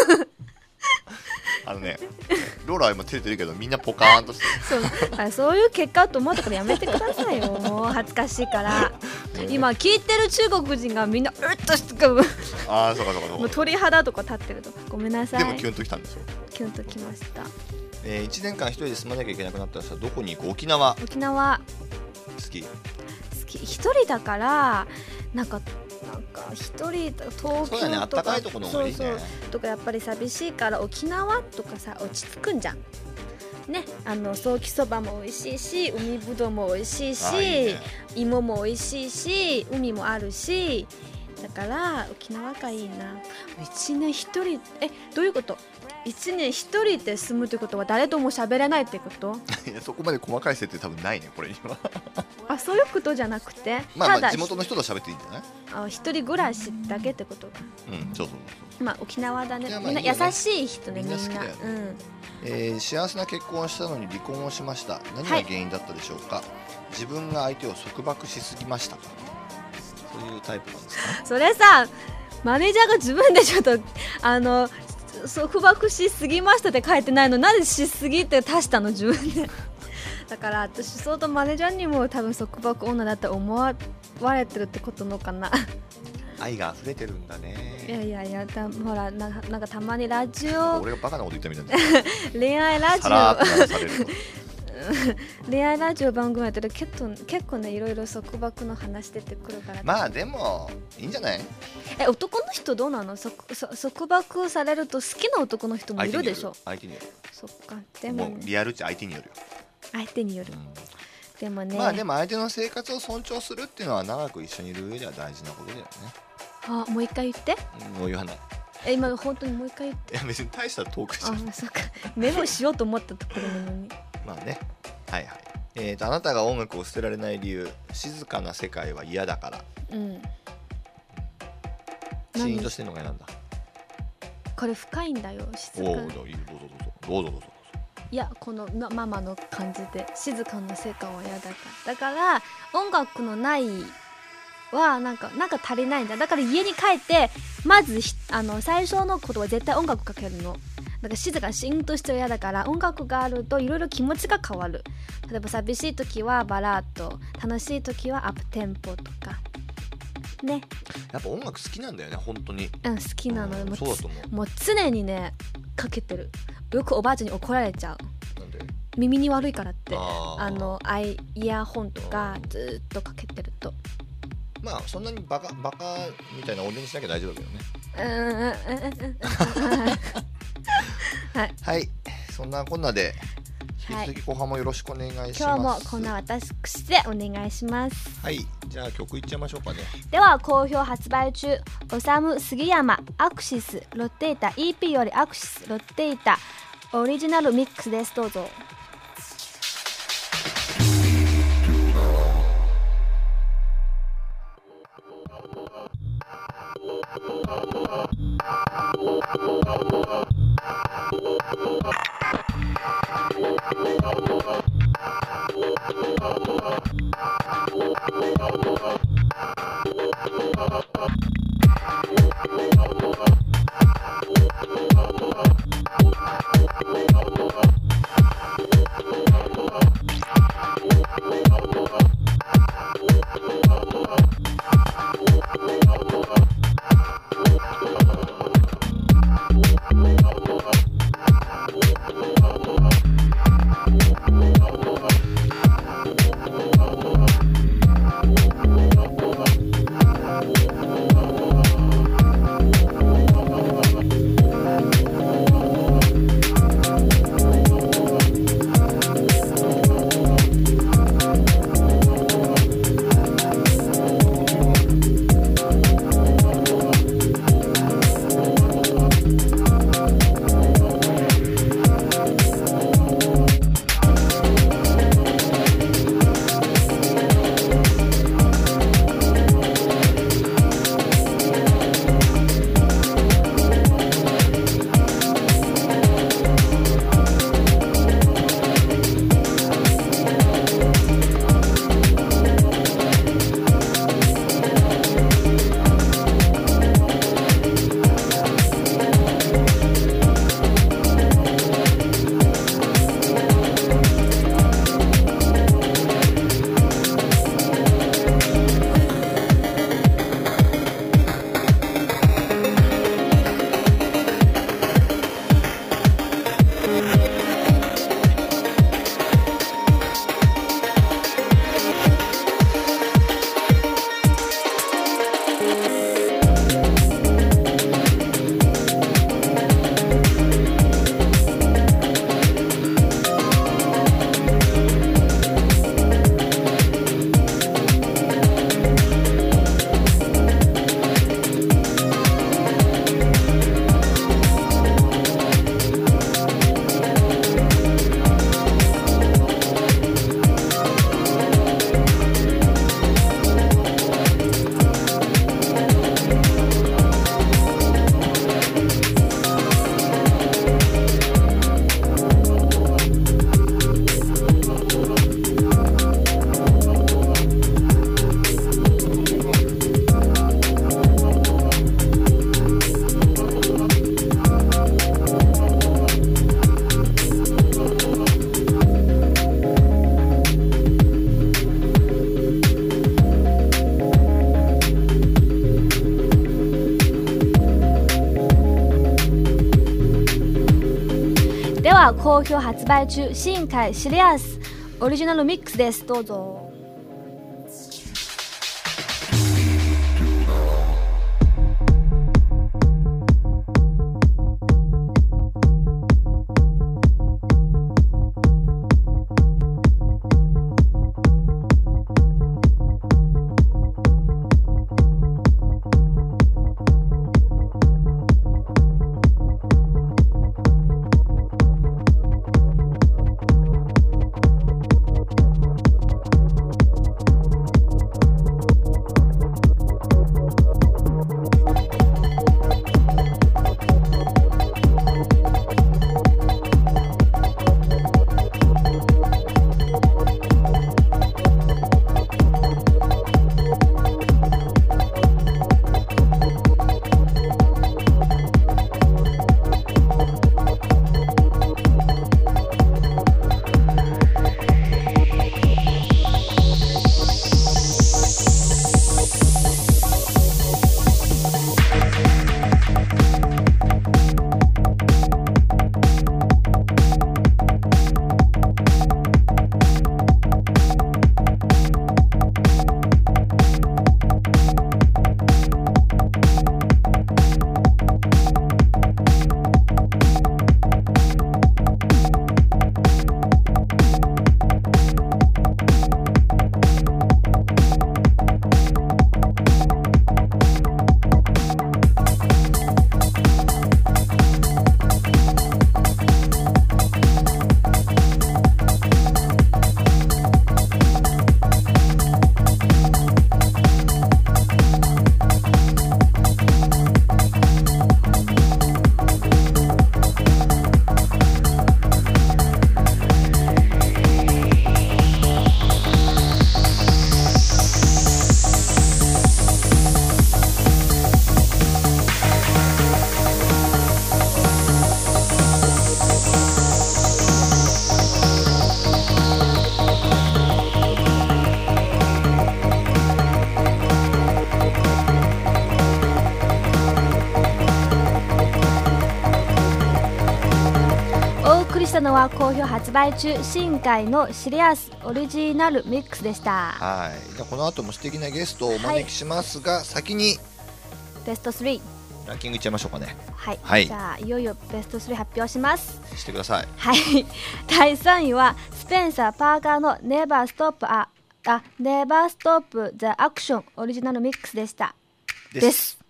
あのね、ローラは今照れてるけどみんなポカーンとしてそうあそういう結果と思ったからやめてくださいよ。もう恥ずかしいから今聞いてる中国人がみんなうっとしてくる。 ああそうかそうかそうか。 もう鳥肌とか立ってるとかごめんなさい。 でもキュンときたんでしょ。 キュンときました。 えー、いちねんかん一人で住まなきゃいけなくなったらさ、どこに行く？沖縄。 沖縄好き。好き。一人だからなんかなんか一人東京とか、そうだね、あったかいところの方がいいね。そうそうとかやっぱり寂しいから沖縄とかさ落ち着くんじゃんね。あのソーキそばも美味しいし、海ぶどうも美味しいし、いいね、芋も美味しいし、海もあるし、だから沖縄がいいな。一年一人えどういうこと？一年一人で住むってことは誰とも喋れないってこと？ いやそこまで細かい設定多分ないねこれには。 あそういうことじゃなくて、 まあ、まあ、ただ地元の人と喋っていいんじゃない？ あ一人暮らしだけってことか。 うんそうそうそう。まあ沖縄だね。まあ、みんな優しい人ねみんな。みんな好きだよね。うんえー、幸せな結婚をしたのに離婚をしました。何が原因だったでしょうか？はい、自分が相手を束縛しすぎましたか？そういうタイプなんですか？ それさマネージャーが自分でちょっとあの束縛しすぎましたって書いてないの、なぜしすぎって足したの自分で。だから私相当マネージャーにも多分束縛女だって思われてるってことのかな。 愛が溢れてるんだね。 いやいやいやだほら な, なんかたまにラジオ俺がバカなこと言ったみたいな恋愛ラジオさらっと流される恋愛ラジオ番組やってる結構結構ねいろいろ束縛の話出てくるから。 まあでもいいんじゃない？ え男の人どうなの？束縛されると好きな男の人もいるでしょ。 相手による。 そっかでも、 もうリアルって相手によるよ。 相手による、うん、でもねまあでも相手の生活を尊重するっていうのは長く一緒にいる上では大事なことだよね。 あもう一回言って。 もう言わない。 え今本当にもう一回言って。 いや別に大したトークじゃん。 あそうかメモしようと思ったところなのに。 まあねはいはい。えーとあなたが音楽を捨てられない理由、静かな世界は嫌だから。うんシーンとしてるのが嫌なんだ。 これ深いんだよ。静かおおどうぞどうぞどうぞどうぞ。 いやこのママの感じで静かな世界は嫌だからだから音楽のないはなんかなんか足りないんだ。だから家に帰ってまずあの最初のことは絶対音楽かけるの。だから静かにシーンとしては嫌だから音楽があるといろいろ気持ちが変わる。例えば寂しい時はバラード、楽しい時はアップテンポとかね。 やっぱ音楽好きなんだよね本当に。 うん好きなの。 うん、 もうそうだと思う。 もう常にねかけてる。よくおばあちゃんに怒られちゃう。 なんで？ 耳に悪いからって。 ああのアイイヤホンとかずっとかけてると。 まあそんなにバカバカみたいな音量にしなきゃ大丈夫だけどね。 うんうんうんうんはい、 はい、そんなこんなで引き続き後半もよろしくお願いします。 今日もこんな私でお願いします。 はい、じゃあ曲いっちゃいましょうかね。 では好評発売中おさむ杉山アクシスロッテータ イーピー よりアクシスロッテータオリジナルミックスです。どうぞ。 は好評発売中新海シリアスオリジナルミックスです。どうぞ。したのは好評発売中新海のシリアスオリジナルミックスでした。 はい、じゃあこの後も素敵なゲストをお招きしますが、はい、先にベストスリーランキングいっちゃいましょうかね。 はい、はい、じゃあいよいよベストスリー発表します。 してください。 はいだいさんいはスペンサー・パーカーの Never Stop a, a Never Stop the Action オリジナルミックスでしたです、です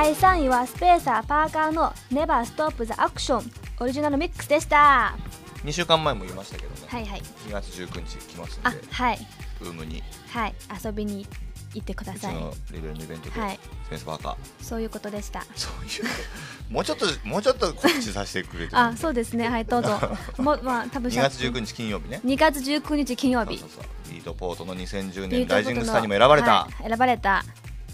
だいさんいはスペーサーパーカーの Never Stop the Action オリジナルミックスでした。 にしゅうかんまえも言いましたけどね、 はいはい、 にがつじゅうくにち来ますんで、 あ、はい、 ウームに、 はい、遊びに行ってください。 うちのレベルのイベントで、はい、スペースパーカー、 そういうことでした。 そういうもうちょっともうちょっと告知させてくれてあ、そうですね、はい、どうぞもう、まあ、多分にがつじゅうくにち金曜日ね、 にがつじゅうくにち金曜日、 そうそうそう、ビートポートのにせんじゅうねんライジングスターにも選ばれた、はい、選ばれた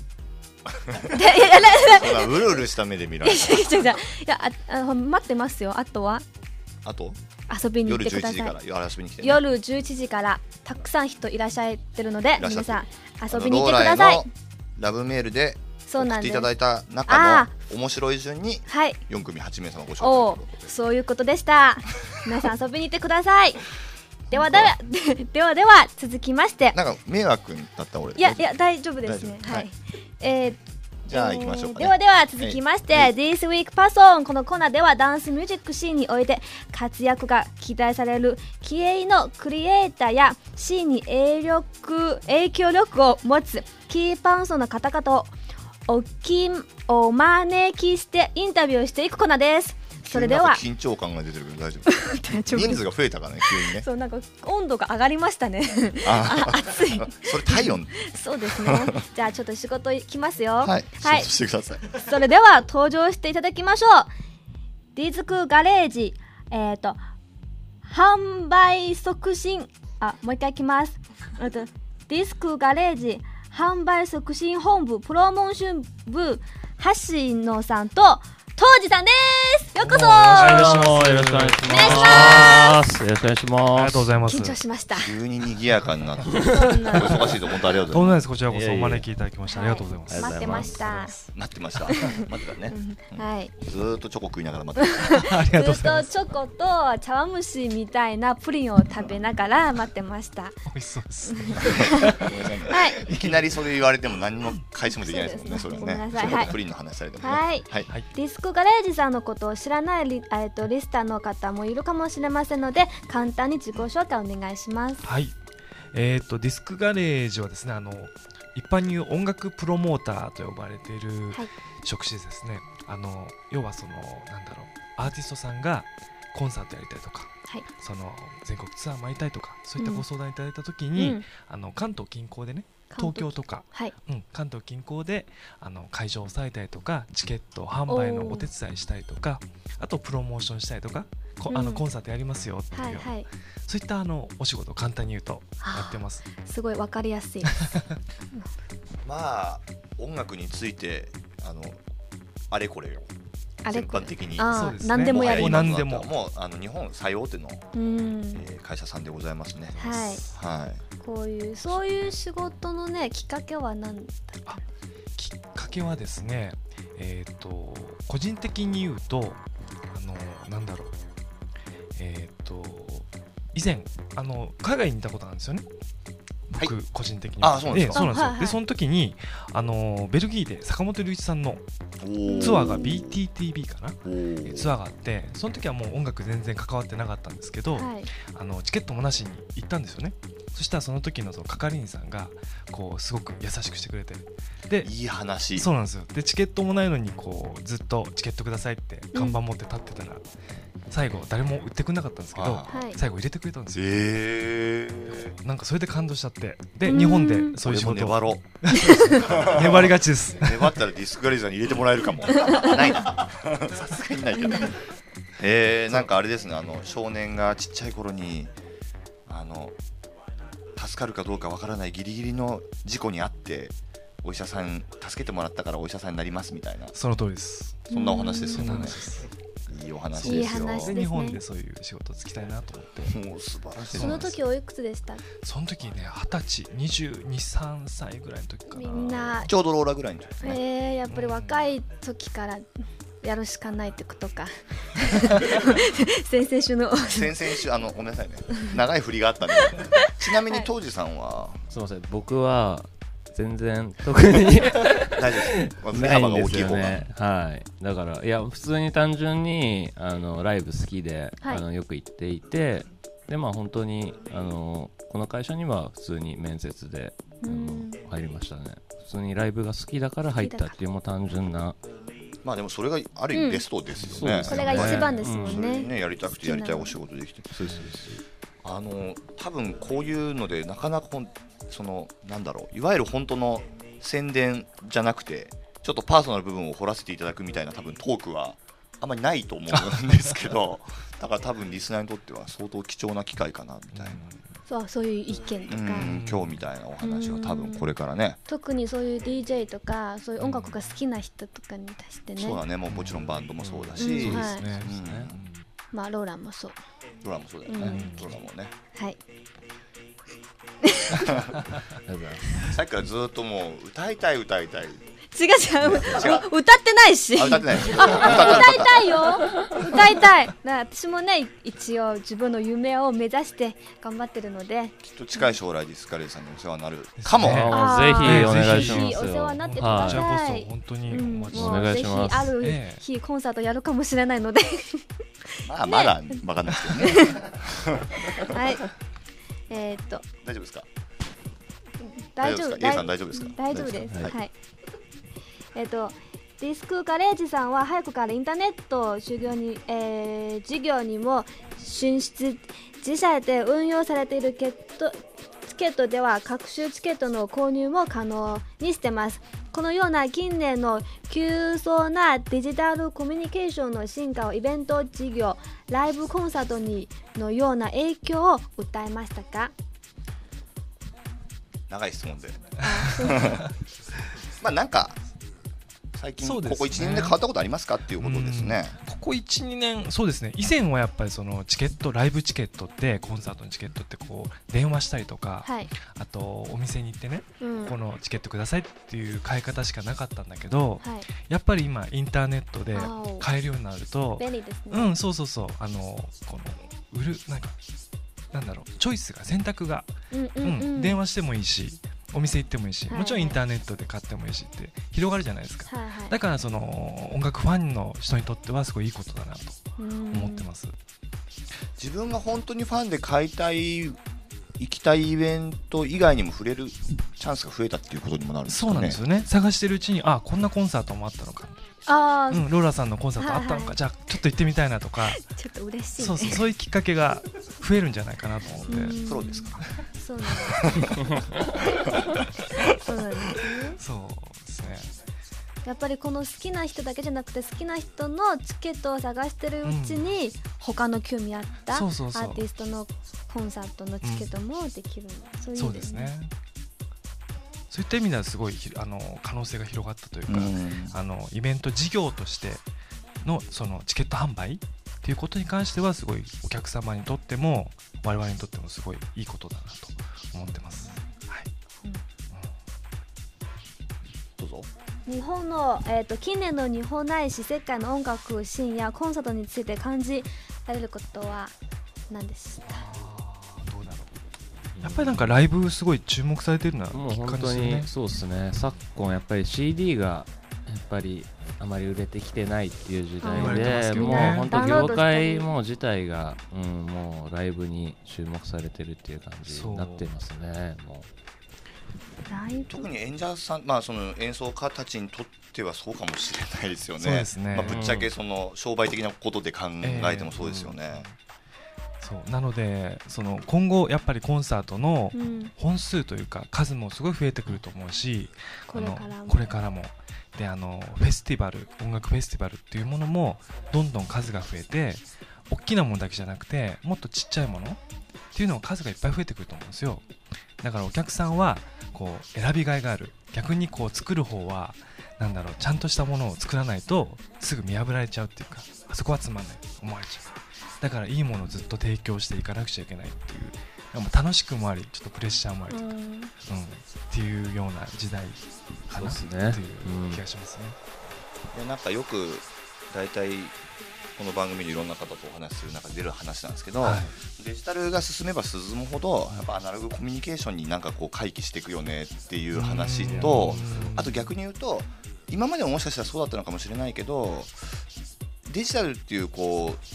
そんなうるうるした目で見られたいやいや、あ、待ってますよ。あとはあと遊びに行ってください。 夜じゅういちじから遊びに来て、ね、 夜じゅういちじからたくさん人いらっしゃってるので、皆さん遊びに行ってください。 ラブメールで送っていただいた中の面白い順によんくみはちめいさまご紹介ということで、 そういうことでした。皆さん遊びに行ってください。ではではではでは続きまして、 なんか迷惑だった俺。 いやいや大丈夫ですね。はい、はい、えーじゃあ行きましょうか、ね、 ではでは続きまして、はい、This Week Person、 このコーナーではダンスミュージックシーンにおいて活躍が期待される気鋭のクリエイターやシーンに影力影響力を持つキーパーソンの方々をおきお招きしてインタビューをしていくコーナーです。それでは緊張感が出てるけど大丈夫人数が増えたからね、急にね。 そうなんか温度が上がりましたねあ暑いそれ体温そうですねじゃあちょっと仕事行きますよ。 はい、はい、仕事してください。 それでは登場していただきましょう。ディズクガレージ、えっと販売促進、あ、もう一回いきます。えっとディスクガレージ販売促進本部プロモーション部橋野さんと当時さんです。ようこそ。 よろしくお願いします。よろしくお願いします。ありがとうございます。 緊張しました。 急に賑やかになって忙しいと本当ありがとうございます。 とんでもないです。こちらこそお招きいただきましてありがとうございます。 待ってました。 待ってました。待ってたね。 はい。 ずーっとチョコ食いながら待ってました。 ありがとうございます。 ずっとチョコと茶碗蒸しみたいなプリンを食べながら待ってました。 美味しそうです。 はい。 いきなりそれ言われても何も返しもできないですもんね。それはね。チョコとプリンの話されてもね。 はい。ディスクガレージさんのことを知らないリ、えー、とリスターの方もいるかもしれませんので、簡単に自己紹介お願いします。 はい、えー、とディスクガレージはですね、あの一般に言う音楽プロモーターと呼ばれている職種ですね。あの要はそのなんだろう、アーティストさんがコンサートやりたいとか、はい、その全国ツアー回りたいとか、そういったご相談いただいたときに、うん、あの関東近郊でね、東京とか、はい、うん、関東近郊であの会場を抑えたりとか、チケット販売のお手伝いしたりとか、あとプロモーションしたりとか、こ、うん、あのコンサートやりますよっていう、はいはい、そういったあのお仕事を簡単に言うとやってます。 すごい分かりやすいですまあ音楽についてあのあれこれよ、全般的にそうですね、何でもやります。何でももうあの日本最大手の、うんえー、会社さんでございますね。 はい、はい、こういうそういう仕事のねきっかけは何だった？ あ、きっかけはですね、えー、と個人的に言うと、あのなんだろう、えー、と以前あの海外にいたことなんですよね。僕、はい、個人的にあ、そうなんですか。 そうなんですよ。でその時にあのベルギーで坂本龍一さんのツアーが ビーティーティービー かな、ツアーがあって、その時はもう音楽全然関わってなかったんですけど、はい、あのチケットもなしに行ったんですよね。そしたらその時のその係員さんがこうすごく優しくしてくれて、でいい話。 そうなんですよ。でチケットもないのにこうずっとチケットくださいって看板持って立ってたら、うん、最後誰も売ってくれなかったんですけど、最後入れてくれたんですよ。 えー、なんかそれで感動しちゃって、で日本でそういう仕事を粘ろう粘りがちです。 粘ったらディスクガレージさんに入れてもらえるかもないな、さすがにないけどえー、なんかあれですね、あの少年がちっちゃい頃にあの助かるかどうかわからないギリギリの事故にあってお医者さん助けてもらったからお医者さんになりますみたいな。 その通りです。 そんなお話ですよね。いいお話ですよ。 で日本でそういう仕事つきたいなと思って。 もう素晴らしい。 その時おいくつでした？ その時ね、二十歳、二十二三歳ぐらいの時かな。 みんなちょうどローラぐらいの時ですね。 えー、やっぱり若い時からやるしかないってことか先々週の先々週、あのごめんなさいね、長い振りがあったんでちなみに当時さんは、はい、 すみません、僕は全然特に大丈夫です。振れ幅が大きい方が、 ね、はい、だからいや普通に単純にあのライブ好きで、はい、あのよく行っていて、 でまあ本当にあのこの会社には普通に面接であの入りましたね。普通にライブが好きだから入ったっていうもう単純な。 まあでもそれがある意味ベストですよね、 うん、それが一番ですもんね、うん、 ねやりたくてやりたいお仕事できて、 そうそうそう、 あの多分こういうのでなかなかそのなんだろういわゆる本当の宣伝じゃなくてちょっとパーソナル部分を掘らせていただくみたいな多分トークはあんまりないと思うんですけどだから多分リスナーにとっては相当貴重な機会かなみたいな、 そうそういう意見とか、うん、 今日みたいなお話は多分これからね、 特にそういう ディージェー とかそういう音楽が好きな人とかに対してね、 そうだね、もうもちろんバンドもそうだし、 うん、 そうですね、 うん、まあローランもそう、 ローランもそうだよね、うん、ローランもね、 はいさっきからずっともう歌いたい歌いたい、 違う違う、歌ってないし、 あ歌ってないあ歌いたいよ歌いたいな、私もね一応自分の夢を目指して頑張ってるので、 きっと近い将来ディスカレーさんにお世話になるかも、 ね、あぜひお願いしますよ、 ぜひお世話になってください、 本当にお願いします、 ある日コンサートやるかもしれないのでまあまだ分かんないですけどねはいえー、っと大丈夫ですか、 大丈夫、 A さん大丈夫ですか、 大丈夫です、 はい、 はい、えー、っとディスクガレージさんは早くからインターネット授業に、えー、授業にも進出、自社で運用されているケットチケットでは各種チケットの購入も可能にしてます。このような近年の急速なデジタルコミュニケーションの進化をイベント事業、ライブコンサートにのような影響を訴えましたか？ 長い質問でまあなんか最近ここいち、にねんで変わったことありますかっていうことですね。 ここいち、にねん、そうですね、以前はやっぱりそのチケット、ライブチケットってコンサートのチケットってこう電話したりとか、 はい、 あとお店に行ってね、 うん、 このチケットくださいっていう買い方しかなかったんだけど、 はい、 やっぱり今インターネットで買えるようになると便利ですね。 うん、そうそうそう、あのこの売るなんかなんだろう、チョイスが選択が、 うんうんうんうん、 電話してもいいしお店行ってもいいし、 はいはい、 もちろんインターネットで買ってもいいしって広がるじゃないですか、 はいはい、 だからその音楽ファンの人にとってはすごいいいことだなと思ってます。 自分が本当にファンで買いたい行きたいイベント以外にも触れるチャンスが増えたっていうことにもなるんですかね。 そうなんですよね、探してるうちにあこんなコンサートもあったのか、 あ、 うん、ローラさんのコンサートあったのか、はいはい、じゃあちょっと行ってみたいなとかちょっと嬉しい、ね、 そうそう、そういうきっかけが増えるんじゃないかなと思って。 プロですかそうなんですそうなんですね。 そうですね、 やっぱりこの好きな人だけじゃなくて好きな人のチケットを探してるうちに、うん、他の興味あったアーティストのコンサートのチケットもできる、うん、そういう意味ですね。そういった意味ではすごいあの可能性が広がったというか、うん、あのイベント事業としてのそのチケット販売っていうことに関してはすごいお客様にとっても我々にとってもすごいいいことだなと思ってます、はい、うん、 どうぞ。 日本の、えーと、近年の日本ないし世界の音楽シーンやコンサートについて感じられることは何でした？ どうだろう、やっぱりなんかライブすごい注目されてるのはもう本当にそうですね。昨今やっぱり シーディー がやっぱりあまり売れてきてないっていう時代で、もう本当業界も自体が、うん、もうライブに注目されてるっていう感じになってますね。もう特に演者さん、まあ、その演奏家たちにとってはそうかもしれないですよね。 そうですね、 まあ、ぶっちゃけその商売的なことで考えてもそうですよね、えーうん、 そうなのでその今後やっぱりコンサートの本数というか数もすごい増えてくると思うし、 これからも、 これからもであのフェスティバル、音楽フェスティバルっていうものもどんどん数が増えて、大きなものだけじゃなくてもっとちっちゃいものっていうのも数がいっぱい増えてくると思うんですよ。だからお客さんはこう選びがいがある。逆にこう作る方はなんだろう、ちゃんとしたものを作らないとすぐ見破られちゃうっていうか、あそこはつまんないと思われちゃう。だからいいものをずっと提供していかなくちゃいけないっていう、も楽しくもありちょっとプレッシャーもありとか、うんうん、っていうような時代かなっていう気がしますね。 うん、いやなんかよくだいたいこの番組でいろんな方とお話しする中で出る話なんですけど、はい、デジタルが進めば進むほどやっぱアナログコミュニケーションになんかこう回帰していくよねっていう話と、あと逆に言うと今までももしかしたらそうだったのかもしれないけど、デジタルっていうこう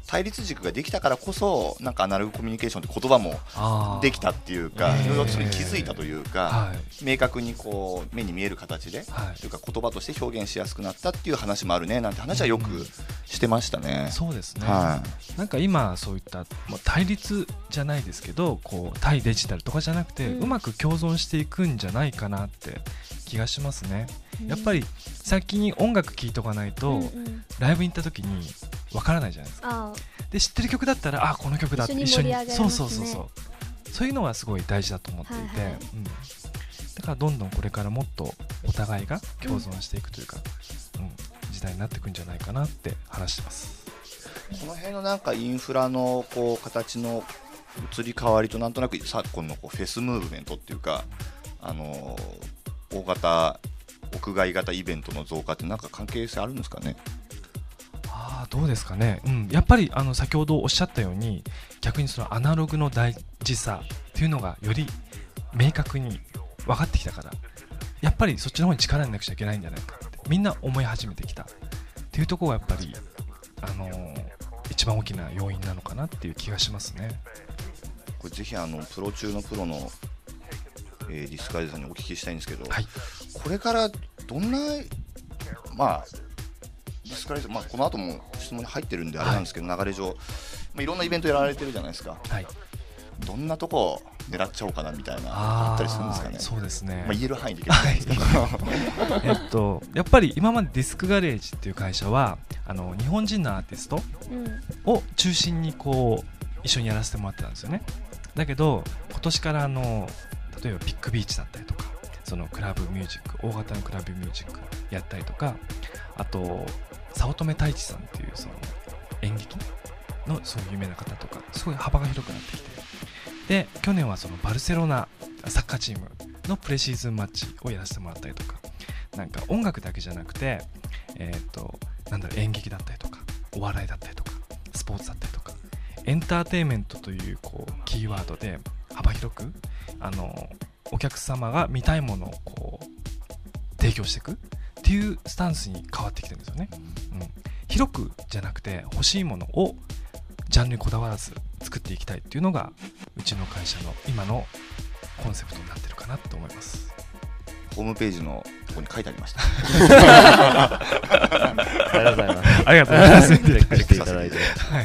対立軸ができたからこそなんかアナログコミュニケーションって言葉もできたっていうか、いろいろそれに気づいたというか、はい、明確にこう目に見える形で、はい、というか言葉として表現しやすくなったっていう話もあるねなんて話はよくしてましたね。 うん、そうですね、 はい、 なんか今そういったもう対立じゃないですけどこう対デジタルとかじゃなくて、うん、うまく共存していくんじゃないかなって気がしますね。うん、やっぱり先に音楽聴いとかないと、うんうん、ライブに行った時にわからないじゃないですか。で知ってる曲だったらあこの曲だって一緒に、ね、そうそうそうそうそういうのはすごい大事だと思っていて、はいはい、うん、だからどんどんこれからもっとお互いが共存していくというか、うんうん、時代になっていくんじゃないかなって話してます。 この辺のなんかインフラのこう形の移り変わりとなんとなく昨今のこうフェスムーブメントっていうか、あのー、大型屋外型イベントの増加ってなんか関係性あるんですかね。 あどうですかね、うん、やっぱりあの先ほどおっしゃったように逆にそのアナログの大事さっていうのがより明確に分かってきたから、やっぱりそっちの方に力になくちゃいけないんじゃないかってみんな思い始めてきたっていうところがやっぱり、あのー、一番大きな要因なのかなっていう気がしますね。 これぜひあのプロ中のプロの、えー、ディスカイズさんにお聞きしたいんですけど、はい、これからどんな、まあディスカイズ、まあ、この後も質問に入ってるんであれなんですけど、はい、流れ上、まあ、いろんなイベントやられてるじゃないですか、はい、どんなとこ狙っちゃおうかなみたいなあったりするんですかね。 そうですね、 まあ、言える範囲で結構ないんですけどえっとやっぱり今までディスクガレージっていう会社はあの日本人のアーティストを中心にこう一緒にやらせてもらってたんですよね。だけど今年からあの例えばビッグビーチだったりとかそのクラブミュージック大型のクラブミュージックやったりとか、あと早乙女太一さんっていうその演劇のそういう有名な方とかすごい幅が広くなってきて、で去年はそのバルセロナサッカーチームのプレシーズンマッチをやらせてもらったりとか、なんか音楽だけじゃなくて、えー、となんだろう演劇だったりとかお笑いだったりとかスポーツだったりとかエンターテインメントという、こうキーワードで幅広くあのお客様が見たいものをこう提供していくっていうスタンスに変わってきてるんですよね。うん、広くじゃなくて欲しいものをジャンルにこだわらず作っていきたいっていうのがうちの会社の今のコンセプトになってるかなと思います。 ホームページのところに書いてありましたありがとうございますありがとうございますチェックしていただいて、はい、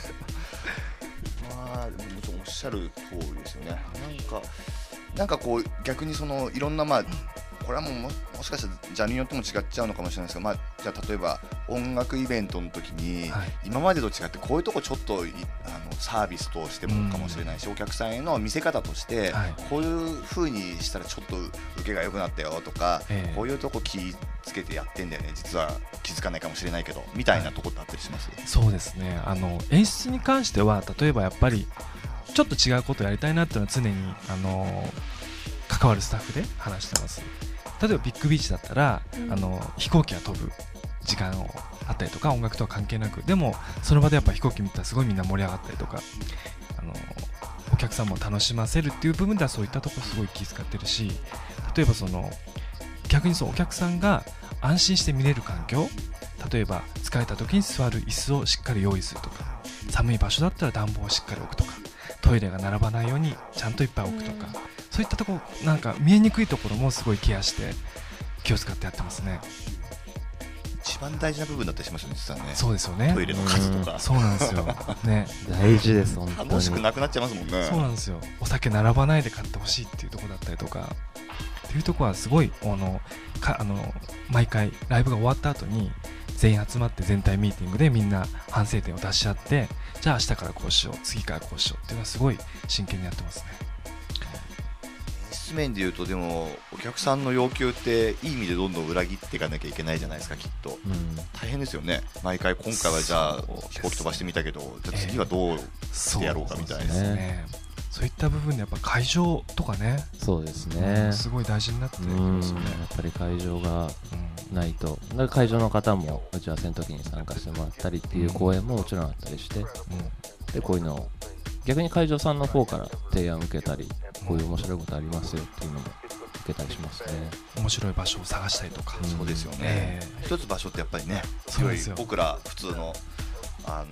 まあ、おっしゃる通りですよね。なんかなんかこう逆にそのいろんな、まあこれはもう も, もしかしたらジャンルによっても違っちゃうのかもしれないですが、まあ、じゃあ例えば音楽イベントの時に、はい、今までと違ってこういうとこちょっとあのサービスとしてもかもしれないし、お客さんへの見せ方として、はい、こういう風にしたらちょっと受けが良くなったよとか、えー、こういうとこ気つけてやってんだよね、実は気づかないかもしれないけどみたいなとこってあったりします？はい、 そうですね、あの演出に関しては例えばやっぱりちょっと違うことやりたいなっていうのは常にあの関わるスタッフで話してます。例えばビッグビーチだったら、うん、あの飛行機が飛ぶ時間をあったりとか音楽とは関係なく、でもその場でやっぱ飛行機見たらすごいみんな盛り上がったりとか、あのお客さんも楽しませるっていう部分ではそういったところすごい気遣ってるし、例えばその逆にそうお客さんが安心して見れる環境、例えば疲れた時に座る椅子をしっかり用意するとか、寒い場所だったら暖房をしっかり置くとか、トイレが並ばないようにちゃんといっぱい置くとか、そういったところなんか見えにくいところもすごいケアして気を使ってやってますね。 一番大事な部分だったりしますよね、実はね。 そうですよね、 トイレの数とか。 そうなんですよ、ね、 大事です本当に。 楽しくなくなっちゃいますもんね。 そうなんですよ、お酒並ばないで買ってほしいっていうところだったりとかっていうところはすごいあのかあの毎回ライブが終わった後に全員集まって全体ミーティングでみんな反省点を出し合って、じゃあ明日からこうしよう次からこうしようっていうのはすごい真剣にやってますね。 演出面でいうとでもお客さんの要求っていい意味でどんどん裏切っていかなきゃいけないじゃないですか、きっと、うん、大変ですよね。毎回今回はじゃあ飛行機飛ばしてみたけど、じゃあ次はどうしてやろうかみたいな、えー そうですね、 そういった部分でやっぱ会場とかね、 そうですね、 すごい大事になってるんですよね。 やっぱり会場がないと、だから会場の方も打ち合わせの時に参加してもらったりっていう講演ももちろんあったりして、うん、でこういうのを逆に会場さんの方から提案を受けたり、こういう面白いことありますよっていうのも受けたりしますね。 面白い場所を探したりとか、 うん、そうですよね、えー、一つ場所ってやっぱりね、強い僕ら普通のあの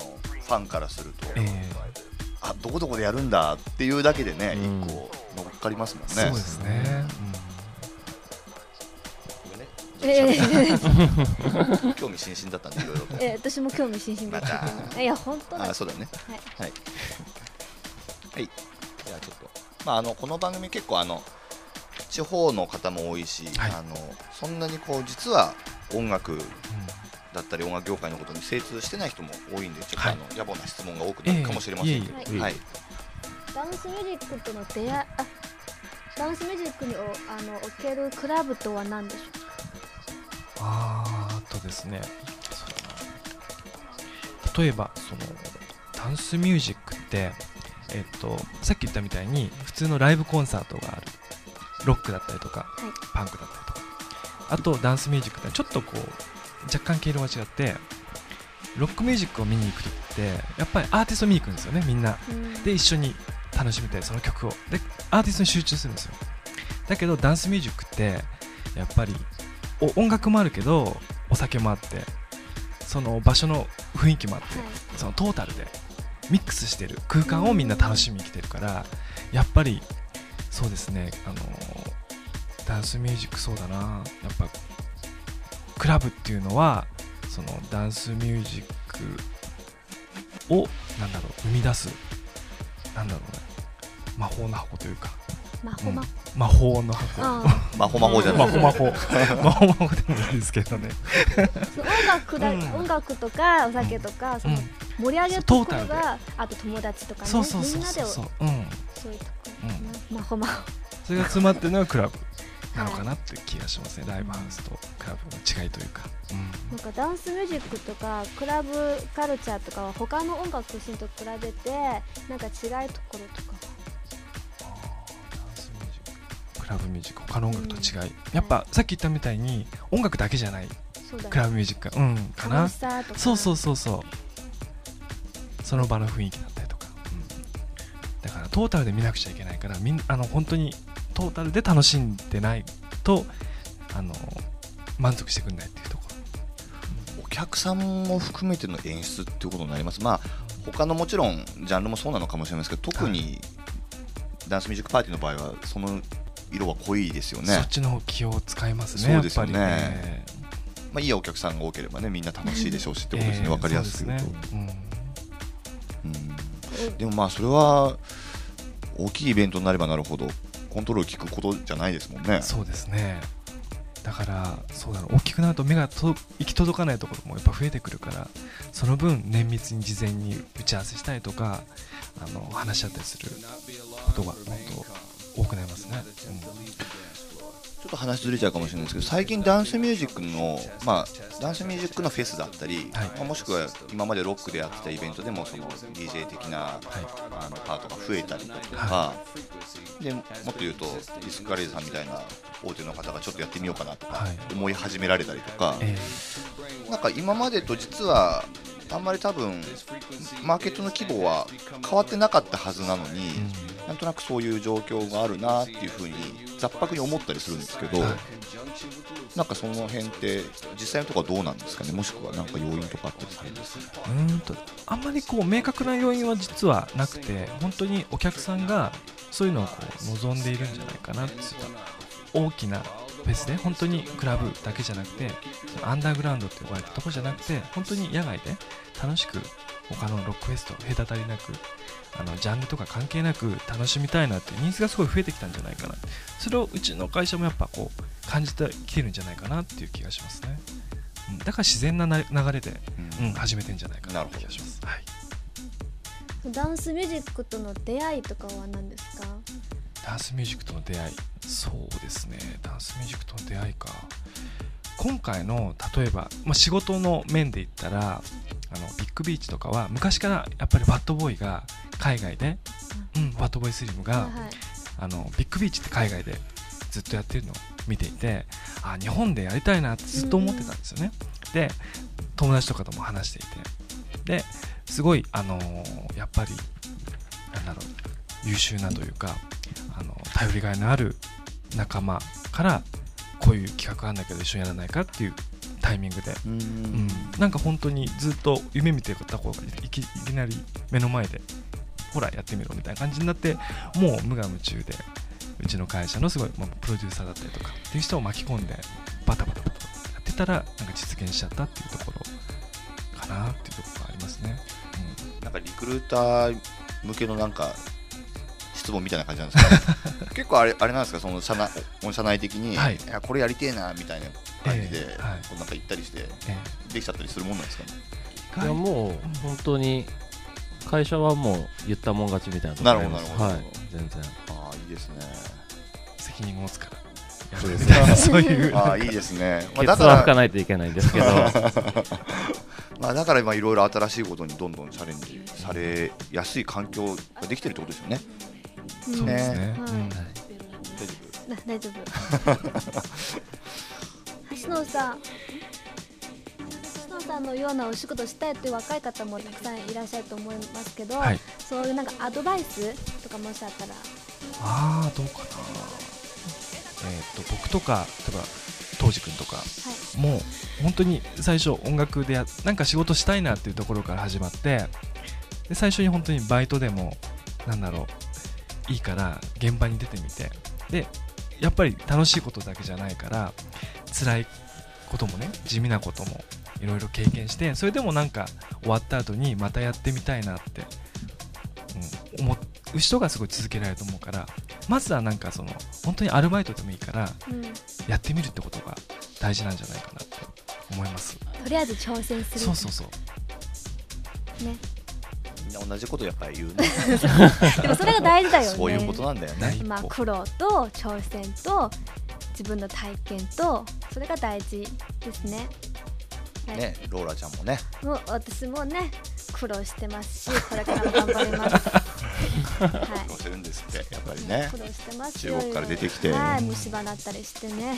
ファンからすると、 えー、 あどこどこでやるんだっていうだけでね、うん、一個乗っかりますもんね。 そうですね、 うん、えー、興味津々だったんでいろいろと、 えー、私も興味津々だった、いや本当だ、 あそうだね、はいはい、はい、じゃあちょっと、まあ、あのこの番組結構あの地方の方も多いし、はい、あのそんなにこう実は音楽だったり音楽業界のことに精通してない人も多いんで、ちょっとあの、はい、野暮な質問が多くなるかもしれませんけど、えーはいはい、 ダンスミュージックとの出会い、あダンスミュージックにおあのおけるクラブとは何でしょうか。 あーとですね、例えばそのダンスミュージックって、えっと、さっき言ったみたいに普通のライブコンサートがある、ロックだったりとか、はい、パンクだったりとか、あとダンスミュージックってちょっとこう若干毛色が違って、ロックミュージックを見に行くときってやっぱりアーティスト見に行くんですよね、みんなで一緒に楽しみたい、その曲をでアーティストに集中するんですよ。だけどダンスミュージックってやっぱりお音楽もあるけどお酒もあって、その場所の雰囲気もあって、はい、そのトータルでミックスしてる空間をみんな楽しみに来てるから、やっぱりそうですね、あのー、ダンスミュージックそうだな、やっぱクラブっていうのはそのダンスミュージックをなんだろう生み出す、なんだろうね、魔法の箱というか、 魔法、うん、 魔法の箱、 魔法魔法じゃない、 魔法魔法魔法魔法でもいいですけどね音楽だ、うん、音楽とかお酒とか、うん、その盛り上げるところが、あと友達とかね、 そうそうそうそうそう、うん、 そういうところ、うん、魔法魔法、 それが詰まってるのがクラブなのかなって気がしますね、はい、ライブハウスとクラブの違いというか、うん、 なんかダンスミュージックとかクラブカルチャーとかは他の音楽シーンと比べてなんか違いところとか、 あダンスミュージック、クラブミュージック、他の音楽と違い、うん、やっぱ、はい、さっき言ったみたいに音楽だけじゃない、クラブミュージック、うん、かな、そうそうそうそう、その場の雰囲気だったりとか、うん、だからトータルで見なくちゃいけないから、みんあの本当にトータルで楽しんでないとあの満足してくれないっていうところ、 うん、お客さんも含めての演出っていうことになります。まあ他のもちろんジャンルもそうなのかもしれないですけど、特にダンスミュージックパーティーの場合はその色は濃いですよね。 そっちの気を使いますね。そうですよね、やっぱりね、 まあ、いいお客さんが多ければねみんな楽しいでしょうしってことですね、分かりやすく言うと、ね、うんうん、でもまあそれは大きいイベントになればなるほどコントロール効くことじゃないですもんね。 そうですね、だからそうだろう、大きくなると目がと行き届かないところもやっぱ増えてくるから、その分綿密に事前に打ち合わせしたりとかあの話し合ったりすることがもっと多くなりますね、うん、ちょっと話ずれちゃうかもしれないですけど、最近ダンスミュージックの、まあ、ダンスミュージックのフェスだったり、はい、まあ、もしくは今までロックでやってたイベントでもその ディージェー 的な、はい、あのパートが増えたりだとか、はい、でもっと言うとディスクガレージさんみたいな大手の方がちょっとやってみようかなとか思い始められたりとか、はい、なんか今までと実はあんまり多分マーケットの規模は変わってなかったはずなのに、うん、なんとなくそういう状況があるなっていうふうに雑白に思ったりするんですけど、はい、なんかその辺って実際のところはどうなんですかね、もしくはなんか要因とかあったりするんですか。 うーんとあんまりこう明確な要因は実はなくて、本当にお客さんがそういうのをこう望んでいるんじゃないかなって言った大きなフェスで、本当にクラブだけじゃなくてそのアンダーグラウンドって呼ばれたところじゃなくて、本当に野外で楽しく他のロックフェスと隔たりなくあのジャンルとか関係なく楽しみたいなってニーズがすごい増えてきたんじゃないかな、それをうちの会社もやっぱこう感じてきてるんじゃないかなっていう気がしますね、うん、だから自然な流れで、うんうん、始めてんじゃないかなって気がします、はい、 ダンスミュージックとの出会いとかは何ですか。 ダンスミュージックとの出会い、そうですね、ダンスミュージックとの出会いか、今回の例えば、まあ、仕事の面で言ったらあのビッグビーチとかは昔からやっぱりファットボーイが海外で、うん、ファットボーイスリムが、はい、あのビッグビーチって海外でずっとやってるのを見ていて、あ日本でやりたいなってずっと思ってたんですよね、うん、で友達とかとも話していて、ですごい、あのー、やっぱりなんだろう優秀なというかあの頼りがいのある仲間からこういう企画があるんだけど一緒にやらないかっていうタイミングで、うん、なんか本当にずっと夢見てた子がいき、いきなり目の前でほらやってみろみたいな感じになって、もう無我夢中でうちの会社のすごい、まあ、プロデューサーだったりとかっていう人を巻き込んでバタバタバタバタやってたらなんか実現しちゃったっていうところかなっていうところがありますね、 うん、なんかリクルーター向けのなんか質問みたいな感じなんですか結構あれ、あれなんですか、その社内、御社内的に、はい、いやこれやりてえなみたいな感じで、えーはい、こうなんか言ったりして、えー、できちゃったりするもんなんですかね。 いやもう本当に会社はもう言ったもん勝ちみたいなところあります。なるほどなるほど、はい、全然。 ああいいですね。 責任を持つからそうですねそういうああいいですね。 まあ、だからケツは吹かないといけないんですけどまあだから今いろいろ新しいことにどんどんチャレンジされやすい環境ができてるってことですよね。 そうですね、 うん、大丈夫橋野さん橋野さんのようなお仕事したいという若い方もたくさんいらっしゃると思いますけど、はい、そういうなんかアドバイスとかもしあったら。 ああどうかな、えー、と僕とか例えば東司君とか、はい、もう本当に最初音楽でやなんか仕事したいなっていうところから始まって、で最初に本当にバイトでもなんだろういいから現場に出てみて、でやっぱり楽しいことだけじゃないから辛いこともね地味なこともいろいろ経験して、それでもなんか終わった後にまたやってみたいなって、うん、思う人がすごい続けられると思うから、まずはなんかその本当にアルバイトでもいいから、うん、やってみるってことが大事なんじゃないかなって思います。 とりあえず挑戦する。 そうそうそうね。 みんな同じことやっぱり言うねでもそれが大事だよね。 そういうことなんだよね。 まあ、苦労と挑戦と自分の体験とそれが大事ですね。 はい、ね、ローラちゃんもね。 もう私もね苦労してますし、これからも頑張ります。はい、 苦労してるんですってやっぱりね。 苦労してますよ。 中国から出てきて、 はい、虫歯なったりしてね。はい、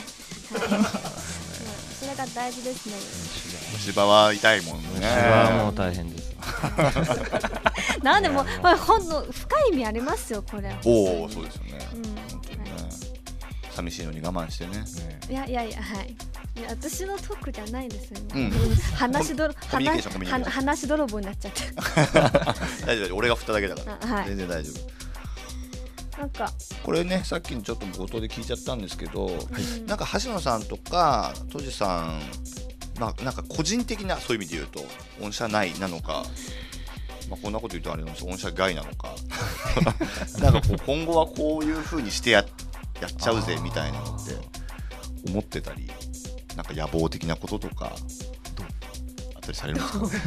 それが大事ですね。 虫歯は痛いもんね。 虫歯はもう大変です。 なんでもこれ本の深い意味ありますよこれ。 おお、そうですよね。うん、本当にね。寂しいのに我慢してね。 いやいやいや、はい。いや私のトークじゃないですよ、ね。うん、話し泥話し泥棒になっちゃって。 大丈夫、俺が振っただけだから。はい、全然大丈夫。なんかこれね、さっきちょっと冒頭で聞いちゃったんですけど、はい、なんか橋野さんとかトジさん、まあなんか個人的なそういう意味で言うと御社内なのか。まあ、こんなこと言うとあれなんですけど御社外なのかなんかこう今後はこういう風にしてや、やっちゃうぜみたいなのって思ってたり、なんか野望的なこととかあったりされるんですかね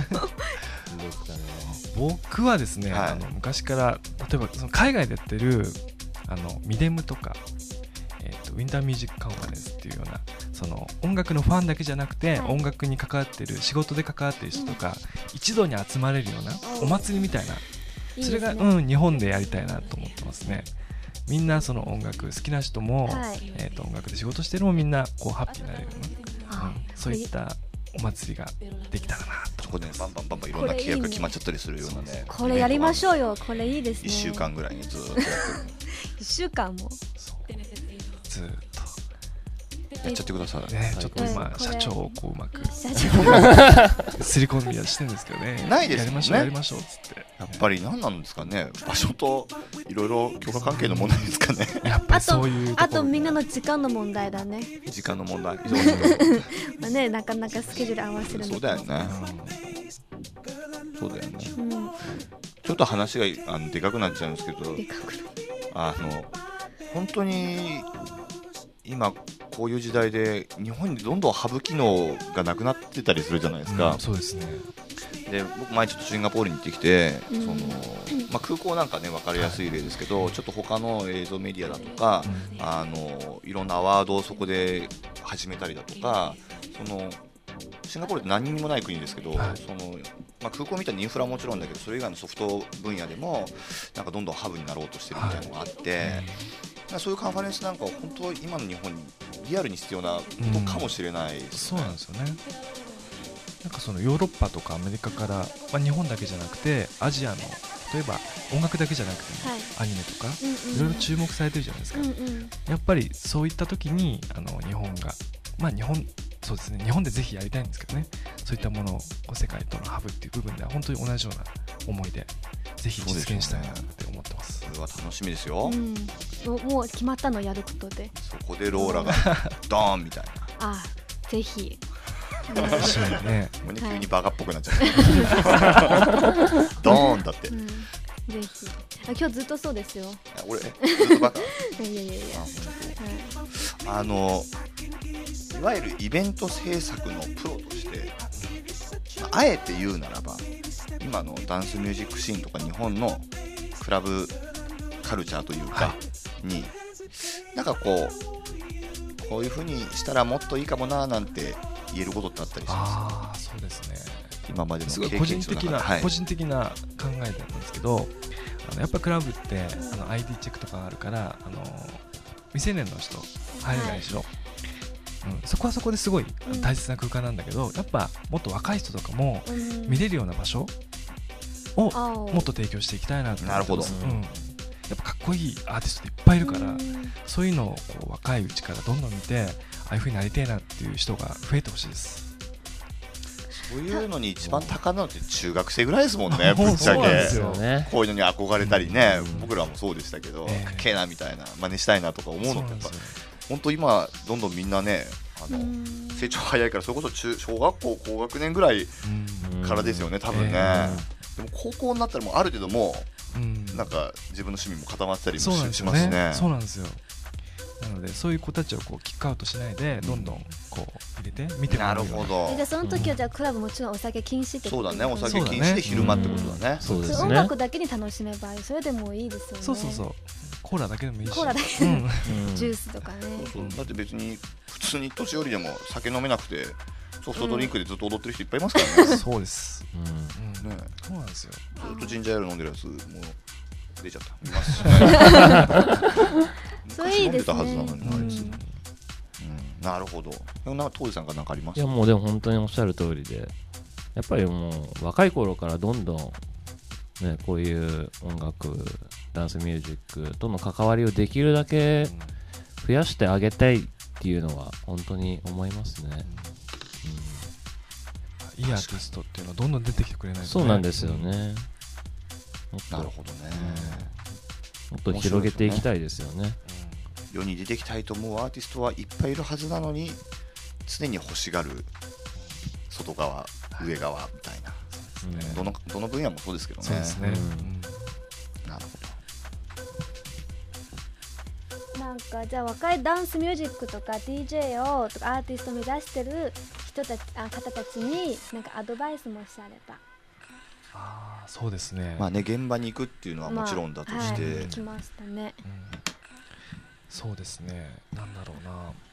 僕はですね、はい、あの昔から例えばその海外でやってるあのミデムとか、えーと、ウィンターミュージックカンファレンスっていうようなその音楽のファンだけじゃなくて、はい、音楽に関わってる仕事で関わってる人とか、うん、一度に集まれるようなお祭りみたいな、いいそれが、うん、日本でやりたいなと思ってますね。みんなその音楽好きな人も、はい、えーと音楽で仕事してるのもみんなこうハッピーになれるような、うん、そういったお祭りができたらなと。 そこでバンバンバンバンいろんな契約が決まっちゃったりするようなね。 これやりましょうよ。これいいですね。 いっしゅうかんぐらいにずっとやってるいっしゅうかんもそうずっとやっちゃってくださいね。ちょっと今社長をこううまくすり込みはしてるんですけどね。 ないですもんね。 やりましょうやりましょうっつって。 やっぱり何なんですかね。場所といろいろ許可関係の問題ですかね。 やっぱりそういうところ。 あとみんなの時間の問題だね。 時間の問題。 まあね、なかなかスケジュール合わせるの。 そうだよね。そうだよね。うん、ちょっと話があのでかくなっちゃうんですけど、 でかくあの本当に今こういう時代で日本にどんどんハブ機能がなくなってたりするじゃないですか、 うん、そうですね。 で僕前ちょっとシンガポールに行ってきて、うん、そのまあ、空港なんかね分かりやすい例ですけど、はい、ちょっと他の映像メディアだとか、うん、あのいろんなアワードをそこで始めたりだとか、そのシンガポールって何にもない国ですけど、はい、そのまあ、空港みたいなインフラはもちろんだけどそれ以外のソフト分野でもなんかどんどんハブになろうとしてるみたいなのがあって、はい、そういうカンファレンスなんかは本当今の日本にリアルに必要なことかもしれないですね、 うん、そうなんですよね。なんかそのヨーロッパとかアメリカから、まあ、日本だけじゃなくてアジアの例えば音楽だけじゃなくても、はい、アニメとか、うんうん、いろいろ注目されてるじゃないですか、うんうん、やっぱりそういった時にあの日本が、まあ、日本そうですね、日本でぜひやりたいんですけどね、そういったものをこう世界とのハブっていう部分では本当に同じような思いでぜひ実現したいなって思ってます。 これは楽しみですよ、うん、 もう決まったのやることで、 そこでローラがドーンみたいなあ、ぜひね、急にバカっぽくなっちゃうドーンだって、うん、 ぜひあ今日ずっとそうですよ。 俺ずっとバカいやいやいや、 あ、はい、あのいわゆるイベント制作のプロとして、まあ、あえて言うならば今のダンスミュージックシーンとか日本のクラブカルチャーというか、はい、になんかこうこういう風にしたらもっといいかもななんて言えることってあったりします？ ああ、そうですね。 今までの経験個人的な、 はい、 個人的な考えだったんですけど、あのやっぱクラブってあの アイディー チェックとかあるからあの未成年の人入れないでしょ、はい、うん、そこはそこですごい大切な空間なんだけど、うん、やっぱもっと若い人とかも見れるような場所をもっと提供していきたいなと思ってます。なるほど、うん、やっぱかっこいいアーティストっていっぱいいるから、うん、そういうのをこう若いうちからどんどん見て、ああいう風になりたいなっていう人が増えてほしいです。 そういうのに一番高なのって中学生ぐらいですもんね、ぶっちゃけ。こういうのに憧れたりね、うん、僕らもそうでしたけど、えー、かっけえなみたいな、真似したいなとか思うのって、やっぱ本当今どんどんみんなね、あの成長早いから、それこそ中小学校高学年ぐらいからですよね、多分ね、えー、でも高校になったらもうある程度もうなんか自分の趣味も固まってたりも し, しますね。 そうなんですよ。なのでそういう子たちをこうキックアウトしないでどんどんこう入れて見てもらうような。 なるほど。 でその時はじゃあクラブもちろんお酒禁止ってことですね。 そうだね、お酒禁止で昼間ってことだね。 そうですね。 音楽だけに楽しめばそれでもいいですよね。 そうそうそう。コーラだけでもいいし。 コーラだけ、うん、ジュースとかね。 そうそう、だって別に普通に年寄りでも酒飲めなくてソフトドリンクでずっと踊ってる人いっぱいいますからね。 そうです。うん。ね、そうなんですよ。 ずっとジンジャーエール飲んでるやつもう出ちゃった。見ますし。 それいいですね。 昔飲んでたはずなのに、あいつ。うん、なるほど。な、当時さんが何かあります？ いやもうでも本当におっしゃる通りで、やっぱりもう若い頃からどんどんね、こういう音楽、ダンスミュージックとの関わりをできるだけ増やしてあげたいっていうのは本当に思いますね。 うん、いいアーティストっていうのはどんどん出てきてくれないとね。 そうなんですよね。うん、 なるほどね。 もっと広げていきたいですよね。 世に出てきたいと思うアーティストはいっぱいいるはずなのに、常に欲しがる外側、上側みたいな、うん、どのどの分野もそうですけどね。 そうですね、うん、 なるほど。なんかじゃあ若いダンスミュージックとか ディージェー をとかアーティストを目指してる人たち、あ、方たちになんかアドバイスもしあれば。 あ、そうですね。 まあね、現場に行くっていうのはもちろんだとして、まあ、はい、 聞きましたね。うん、 そうですね。なんだろうな。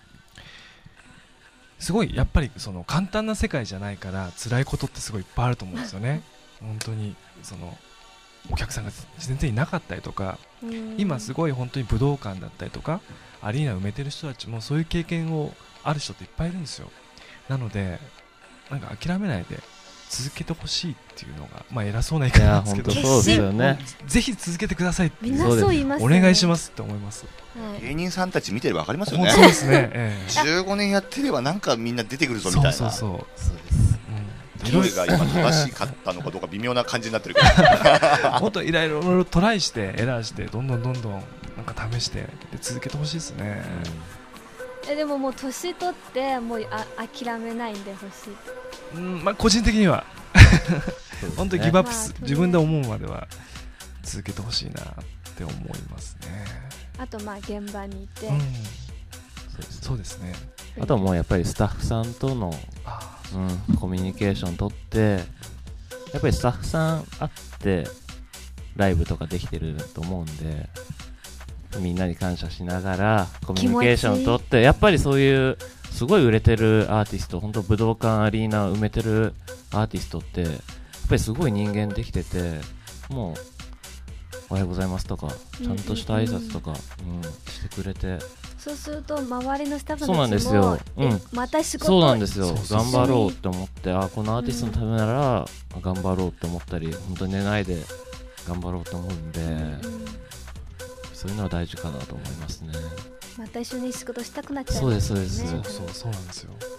すごいやっぱりその簡単な世界じゃないから辛いことってすごいいっぱいあると思うんですよね。本当にそのお客さんが全然いなかったりとか、今すごい本当に武道館だったりとかアリーナ埋めてる人たちもそういう経験をある人っていっぱいいるんですよ。なのでなんか諦めないで続けてほしいっていうのが、まあ偉そうな言い方なんですけど、 そうですよね。 ぜひ続けてくださいってみんなそう言いますよね。 お願いしますって思います。 はい、 芸人さんたち見てれば分かりますよね。 そうですね。ええ、じゅうごねんやってればなんかみんな出てくるぞみたいな。 そうそうそう。 そうです。どれが今正しかったのかどうか微妙な感じになってるけど。 もっといろいろトライしてエラーしてどんどんどんどんなんか試してで続けてほしいですね。 うん、えでももう年取ってもうあ諦めないんでほしい。 うん、まあ個人的には本当にギブアップす、まあ、自分で思うまでは続けてほしいなって思いますね。 あとまあ現場にいて、うん、 そうですね。 あとはもうやっぱりスタッフさんとの、うん、コミュニケーション取ってやっぱりスタッフさん会ってライブとかできてると思うんで、みんなに感謝しながらコミュニケーション取って、やっぱりそういうすごい売れてるアーティスト、本当武道館アリーナ埋めてるアーティストってやっぱりすごい人間できてて、もうおはようございますとかちゃんとした挨拶とか、うんうん、してくれて、 そうすると周りのスタッフたちもそうなんですよ、うん、 また仕事そうなんですよ、頑張ろうって思って、あこのアーティストのためなら頑張ろうって思ったり、本当に寝ないで頑張ろうと思うんで、うん、そういうのは大事かなと思いますね。 また一緒に仕事したくなっちゃう、ね、 そうですそうです、 そうそうそうなんですよ。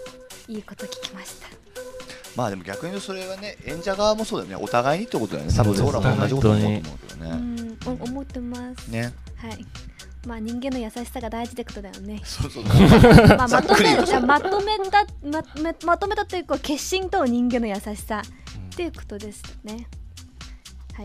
いいこと聞きました。 まあでも逆に言うとそれはね、演者側もそうだよね、お互いにってことだよね。多分俺らも同じこと思うと思うけどね。 うん、思ってますね。 はい。まあ人間の優しさが大事ってことだよね。 そうそうまあまとめたまとめたまめまとめたというか決心と人間の優しさっていうことですね。はい。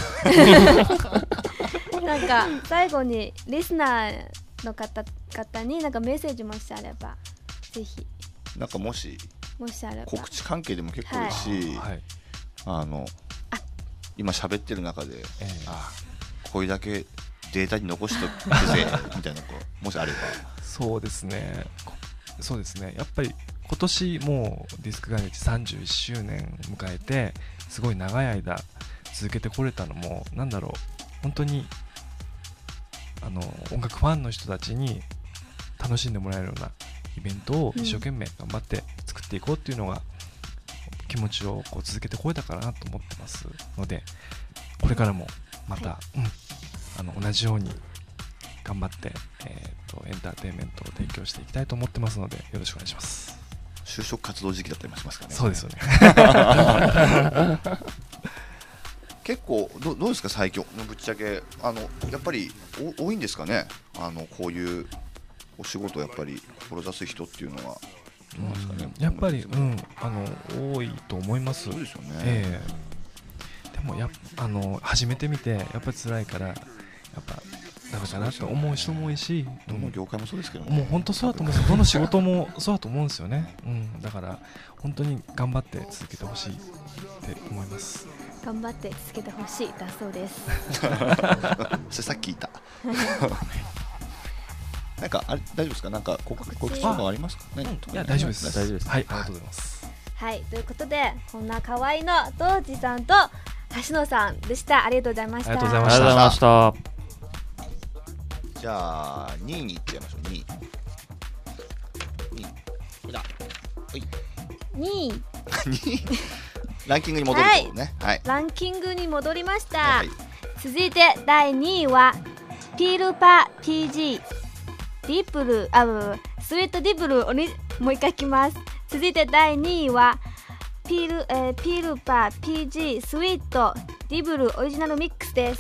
なんか最後にリスナーの方々になんかメッセージもしあればぜひ。 なんかもしもしあれば告知関係でも結構いいし、はい、あのあ今喋ってる中で、えー、あこれだけデータに残しとくぜみたいなこうもしあれば。 そうですね。そうですね。やっぱり今年もうディスクガレージさんじゅういっしゅうねん迎えてすごい長い間続けてこれたのもなんだろう本当にあの音楽ファンの人たちに楽しんでもらえるようなイベントを一生懸命頑張って作っていこうっていうのが気持ちをこう続けてこれたかなと思ってますので、これからもまた、はいうん、あの同じように頑張って、えー、とエンターテインメントを提供していきたいと思ってますのでよろしくお願いします。 就職活動時期だったりもしますかね。 そうですよね。 結構 ど, どうですか最近のぶっちゃけあのやっぱりお多いんですかね、あのこういうお仕事をやっぱり志す人っていうのはどうなんですかね。 うん、やっぱり、うん、あの多いと思います。 そうですよね、 えー、でもやあの始めてみてやっぱり辛いからやっぱダメかなと思う人も多いし、 どの業界もそうですけどね。 もう本当そうだと思うんですよ。どの仕事もそうだと思うんですよね、うん、だから本当に頑張って続けてほしいって思います。 頑張って続けてほしいだそうです。 それさっき聞いた。なんかあれ大丈夫ですか。なんか告知とかありますか。 いや大丈夫です。 大丈夫です。 はい、ありがとうございます。 はい、ということでこんな可愛いのドージさんと橋野さんでした。ありがとうございました。 ありがとうございました。 じゃあにいに行っちゃいましょう。にい。にい。ほら。はい。 にい。 ランキングに戻るとね、はいはい、 ランキングに戻りました、 はいはい、 続いてだいにいはピールパ ピージー ディプルあスウィートディプルをにもう一回いきます。続いてだいにいはピール、えー、ピールパ ピージー スウィートディプルオリジナルミックスです。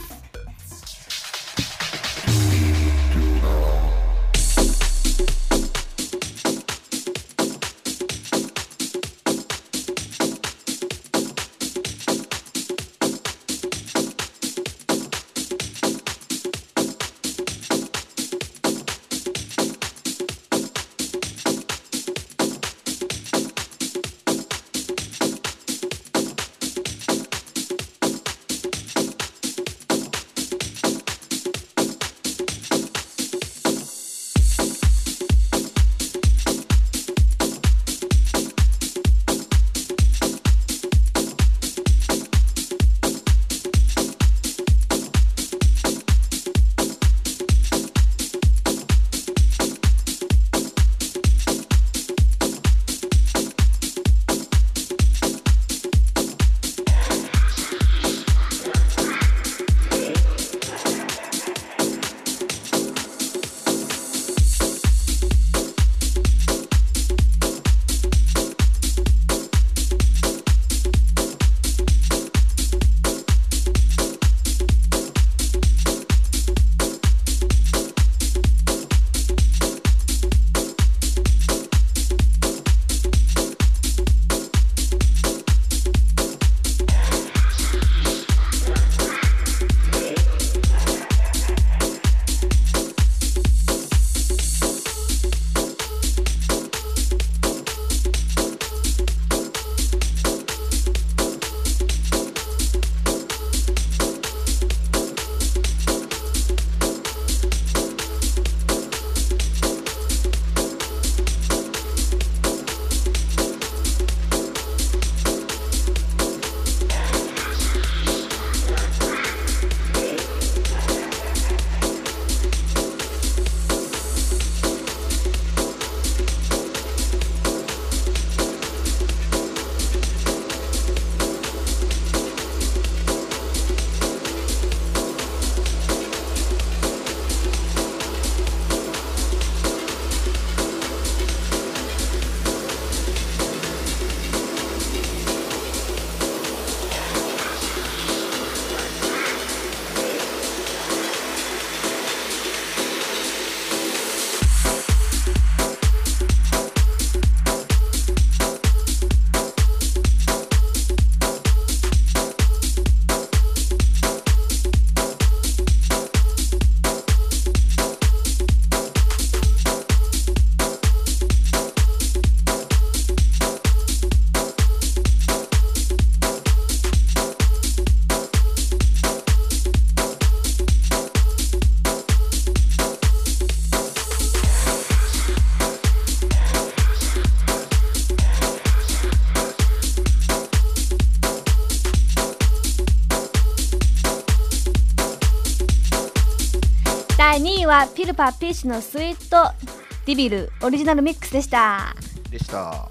だいにいはピルパピッシュのスイートディビルオリジナルミックスでしたでした。 はい、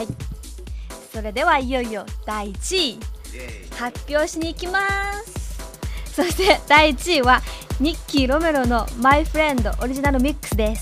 それではいよいよだいいちい発表しに行きます。そしてだいいちいはニッキー・ロメロのマイフレンドオリジナルミックスです。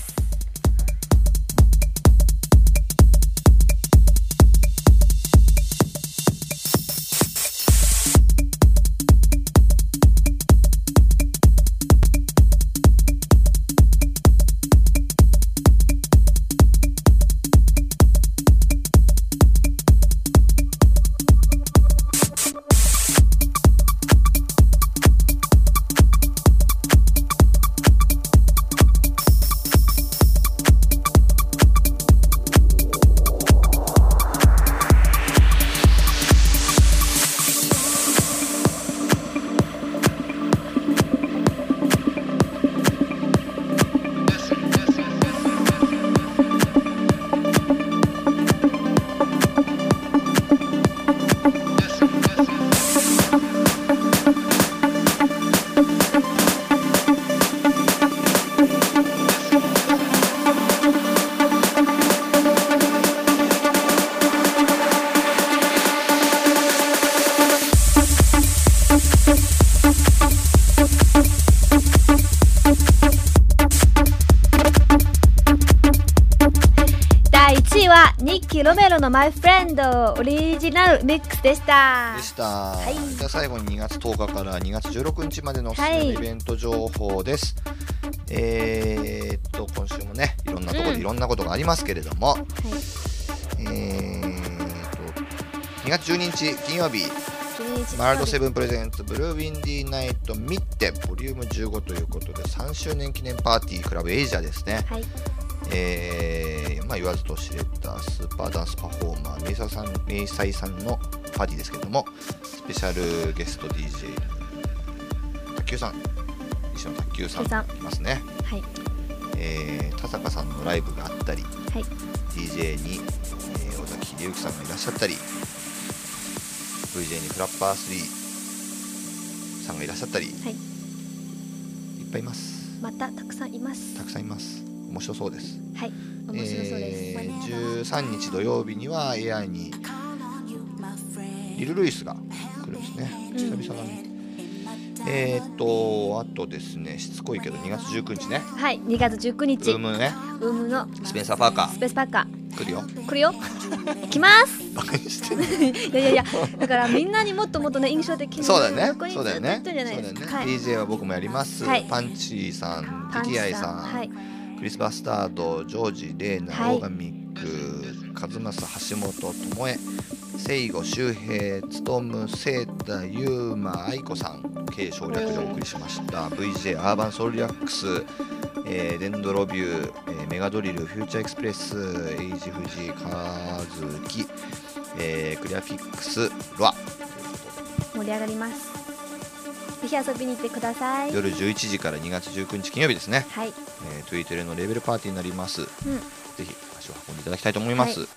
ニッキー・ロメロのマイフレンドオリジナルミックスでしたでした、はい、じゃあ最後ににがつとおかからにがつじゅうろくにちまでのおすすめのイベント情報です、はい、えー、っと今週もねいろんなところでいろんなことがありますけれども、うん、はい、えー、っとにがつじゅうににち金曜日ワールドセブンプレゼンツブルーウィンディーナイトミッテボリュームじゅうごということでさんしゅうねん記念パーティークラブエイジャですね、はい、えーまあ、言わずと知れたスーパーダンスパフォーマーメイサイさん、メイサイさんのパーティーですけども、スペシャルゲスト ディージェー 卓球さん、石野卓球さん来ますね、はい、えー、田坂さんのライブがあったり、はい、ディージェー に、えー、尾崎秀幸さんがいらっしゃったり ブイジェー にフラッパースリーさんがいらっしゃったり、はい、いっぱいいます。 またたくさんいますたくさんいます面白そうです。 はい、面白そうです。 えー、じゅうさんにち土曜日にはエアにリル・ルイスが来るんですね。久々だね。うん、えーとあとですね、しつこいけどにがつじゅうくにちね。 はい、にがつじゅうくにち。 ウームね。 ウームのスペンサー・パーカー。 スペンサー・パーカー来るよ。 来るよ。来ます。バカにしてる。いやいやいや、だからみんなにもっともっとね印象的に。 そうだね。そうだよね。 そうだよね。 ディージェー は僕もやります。はい、パンチーさん、ティティアイさん。はい。クリス・バスタード、ジョージ、レーナ、はい、オーガミック、カズマサ、橋本、ともえ、セイゴ、周平、つとむ、セータ、ユーマ、アイコさん、計省略でお送りしました。ブイジェー、アーバンソウルリラックス、えー、デンドロビュー、えー、メガドリル、フューチャーエクスプレス、エイジフジ、カズキ、えー、クリアフィックス、ロア。 盛り上がります。ぜひ遊びに行ってください。 夜じゅういちじからにがつじゅうくにち金曜日ですね。 はい。 えー、トゥイテレのレベルパーティーになります。うん、ぜひ足を運んでいただきたいと思います。はい、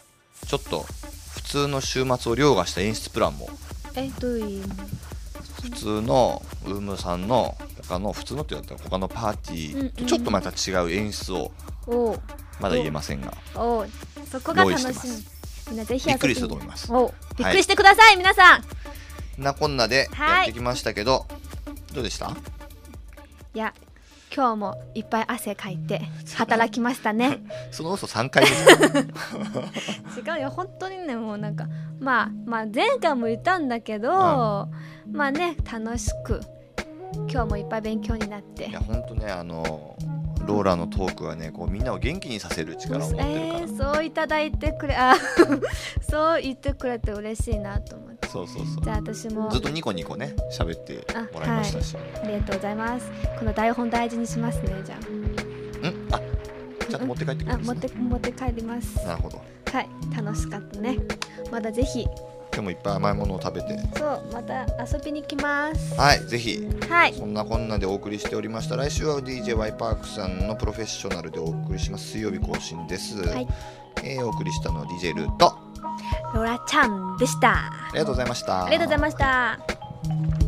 ちょっと普通の週末を凌駕した演出プランも。 え、どういう？ 普通のウームさんの他の普通のって言ったら他のパーティーとちょっとまた違う演出を、うんうん、まだ言えませんが。 お、そこが楽しみ。みんなぜひ遊びに。 びっくりすると思います。 お、びっくりしてください、はい、皆さん。 なこんなでやってきましたけど。はい、どうでした？ いや、今日もいっぱい汗かいて働きましたね。 その嘘さんかいめ違うよ、本当にね、もうなんかまあまあ前回も言ったんだけど、うん、まあね、楽しく今日もいっぱい勉強になって、 いや本当ね、あのローラのトークはね、こうみんなを元気にさせる力を持ってるから、えー、そういただいてくれ、あそう言ってくれて嬉しいなと思って。 そうそうそう。 じゃあ私もずっとニコニコね喋ってもらいましたし、 あ、はい、ありがとうございます。この台本大事にしますね。じゃあんあちゃんと持って帰ってくるんですね。 あ、持って持って帰ります。 なるほど。 はい、楽しかったね。まだぜひ今日もいっぱい甘いものを食べて、 そうまた遊びに来ます。 はい、ぜひ、 はい、 そんなこんなでお送りしておりました。来週は ディージェーワイ パークさんのプロフェッショナルでお送りします。水曜日更新です。はい、えー、お送りしたのは ディージェー ルーとロラちゃんでした。 ありがとうございました。 ありがとうございました。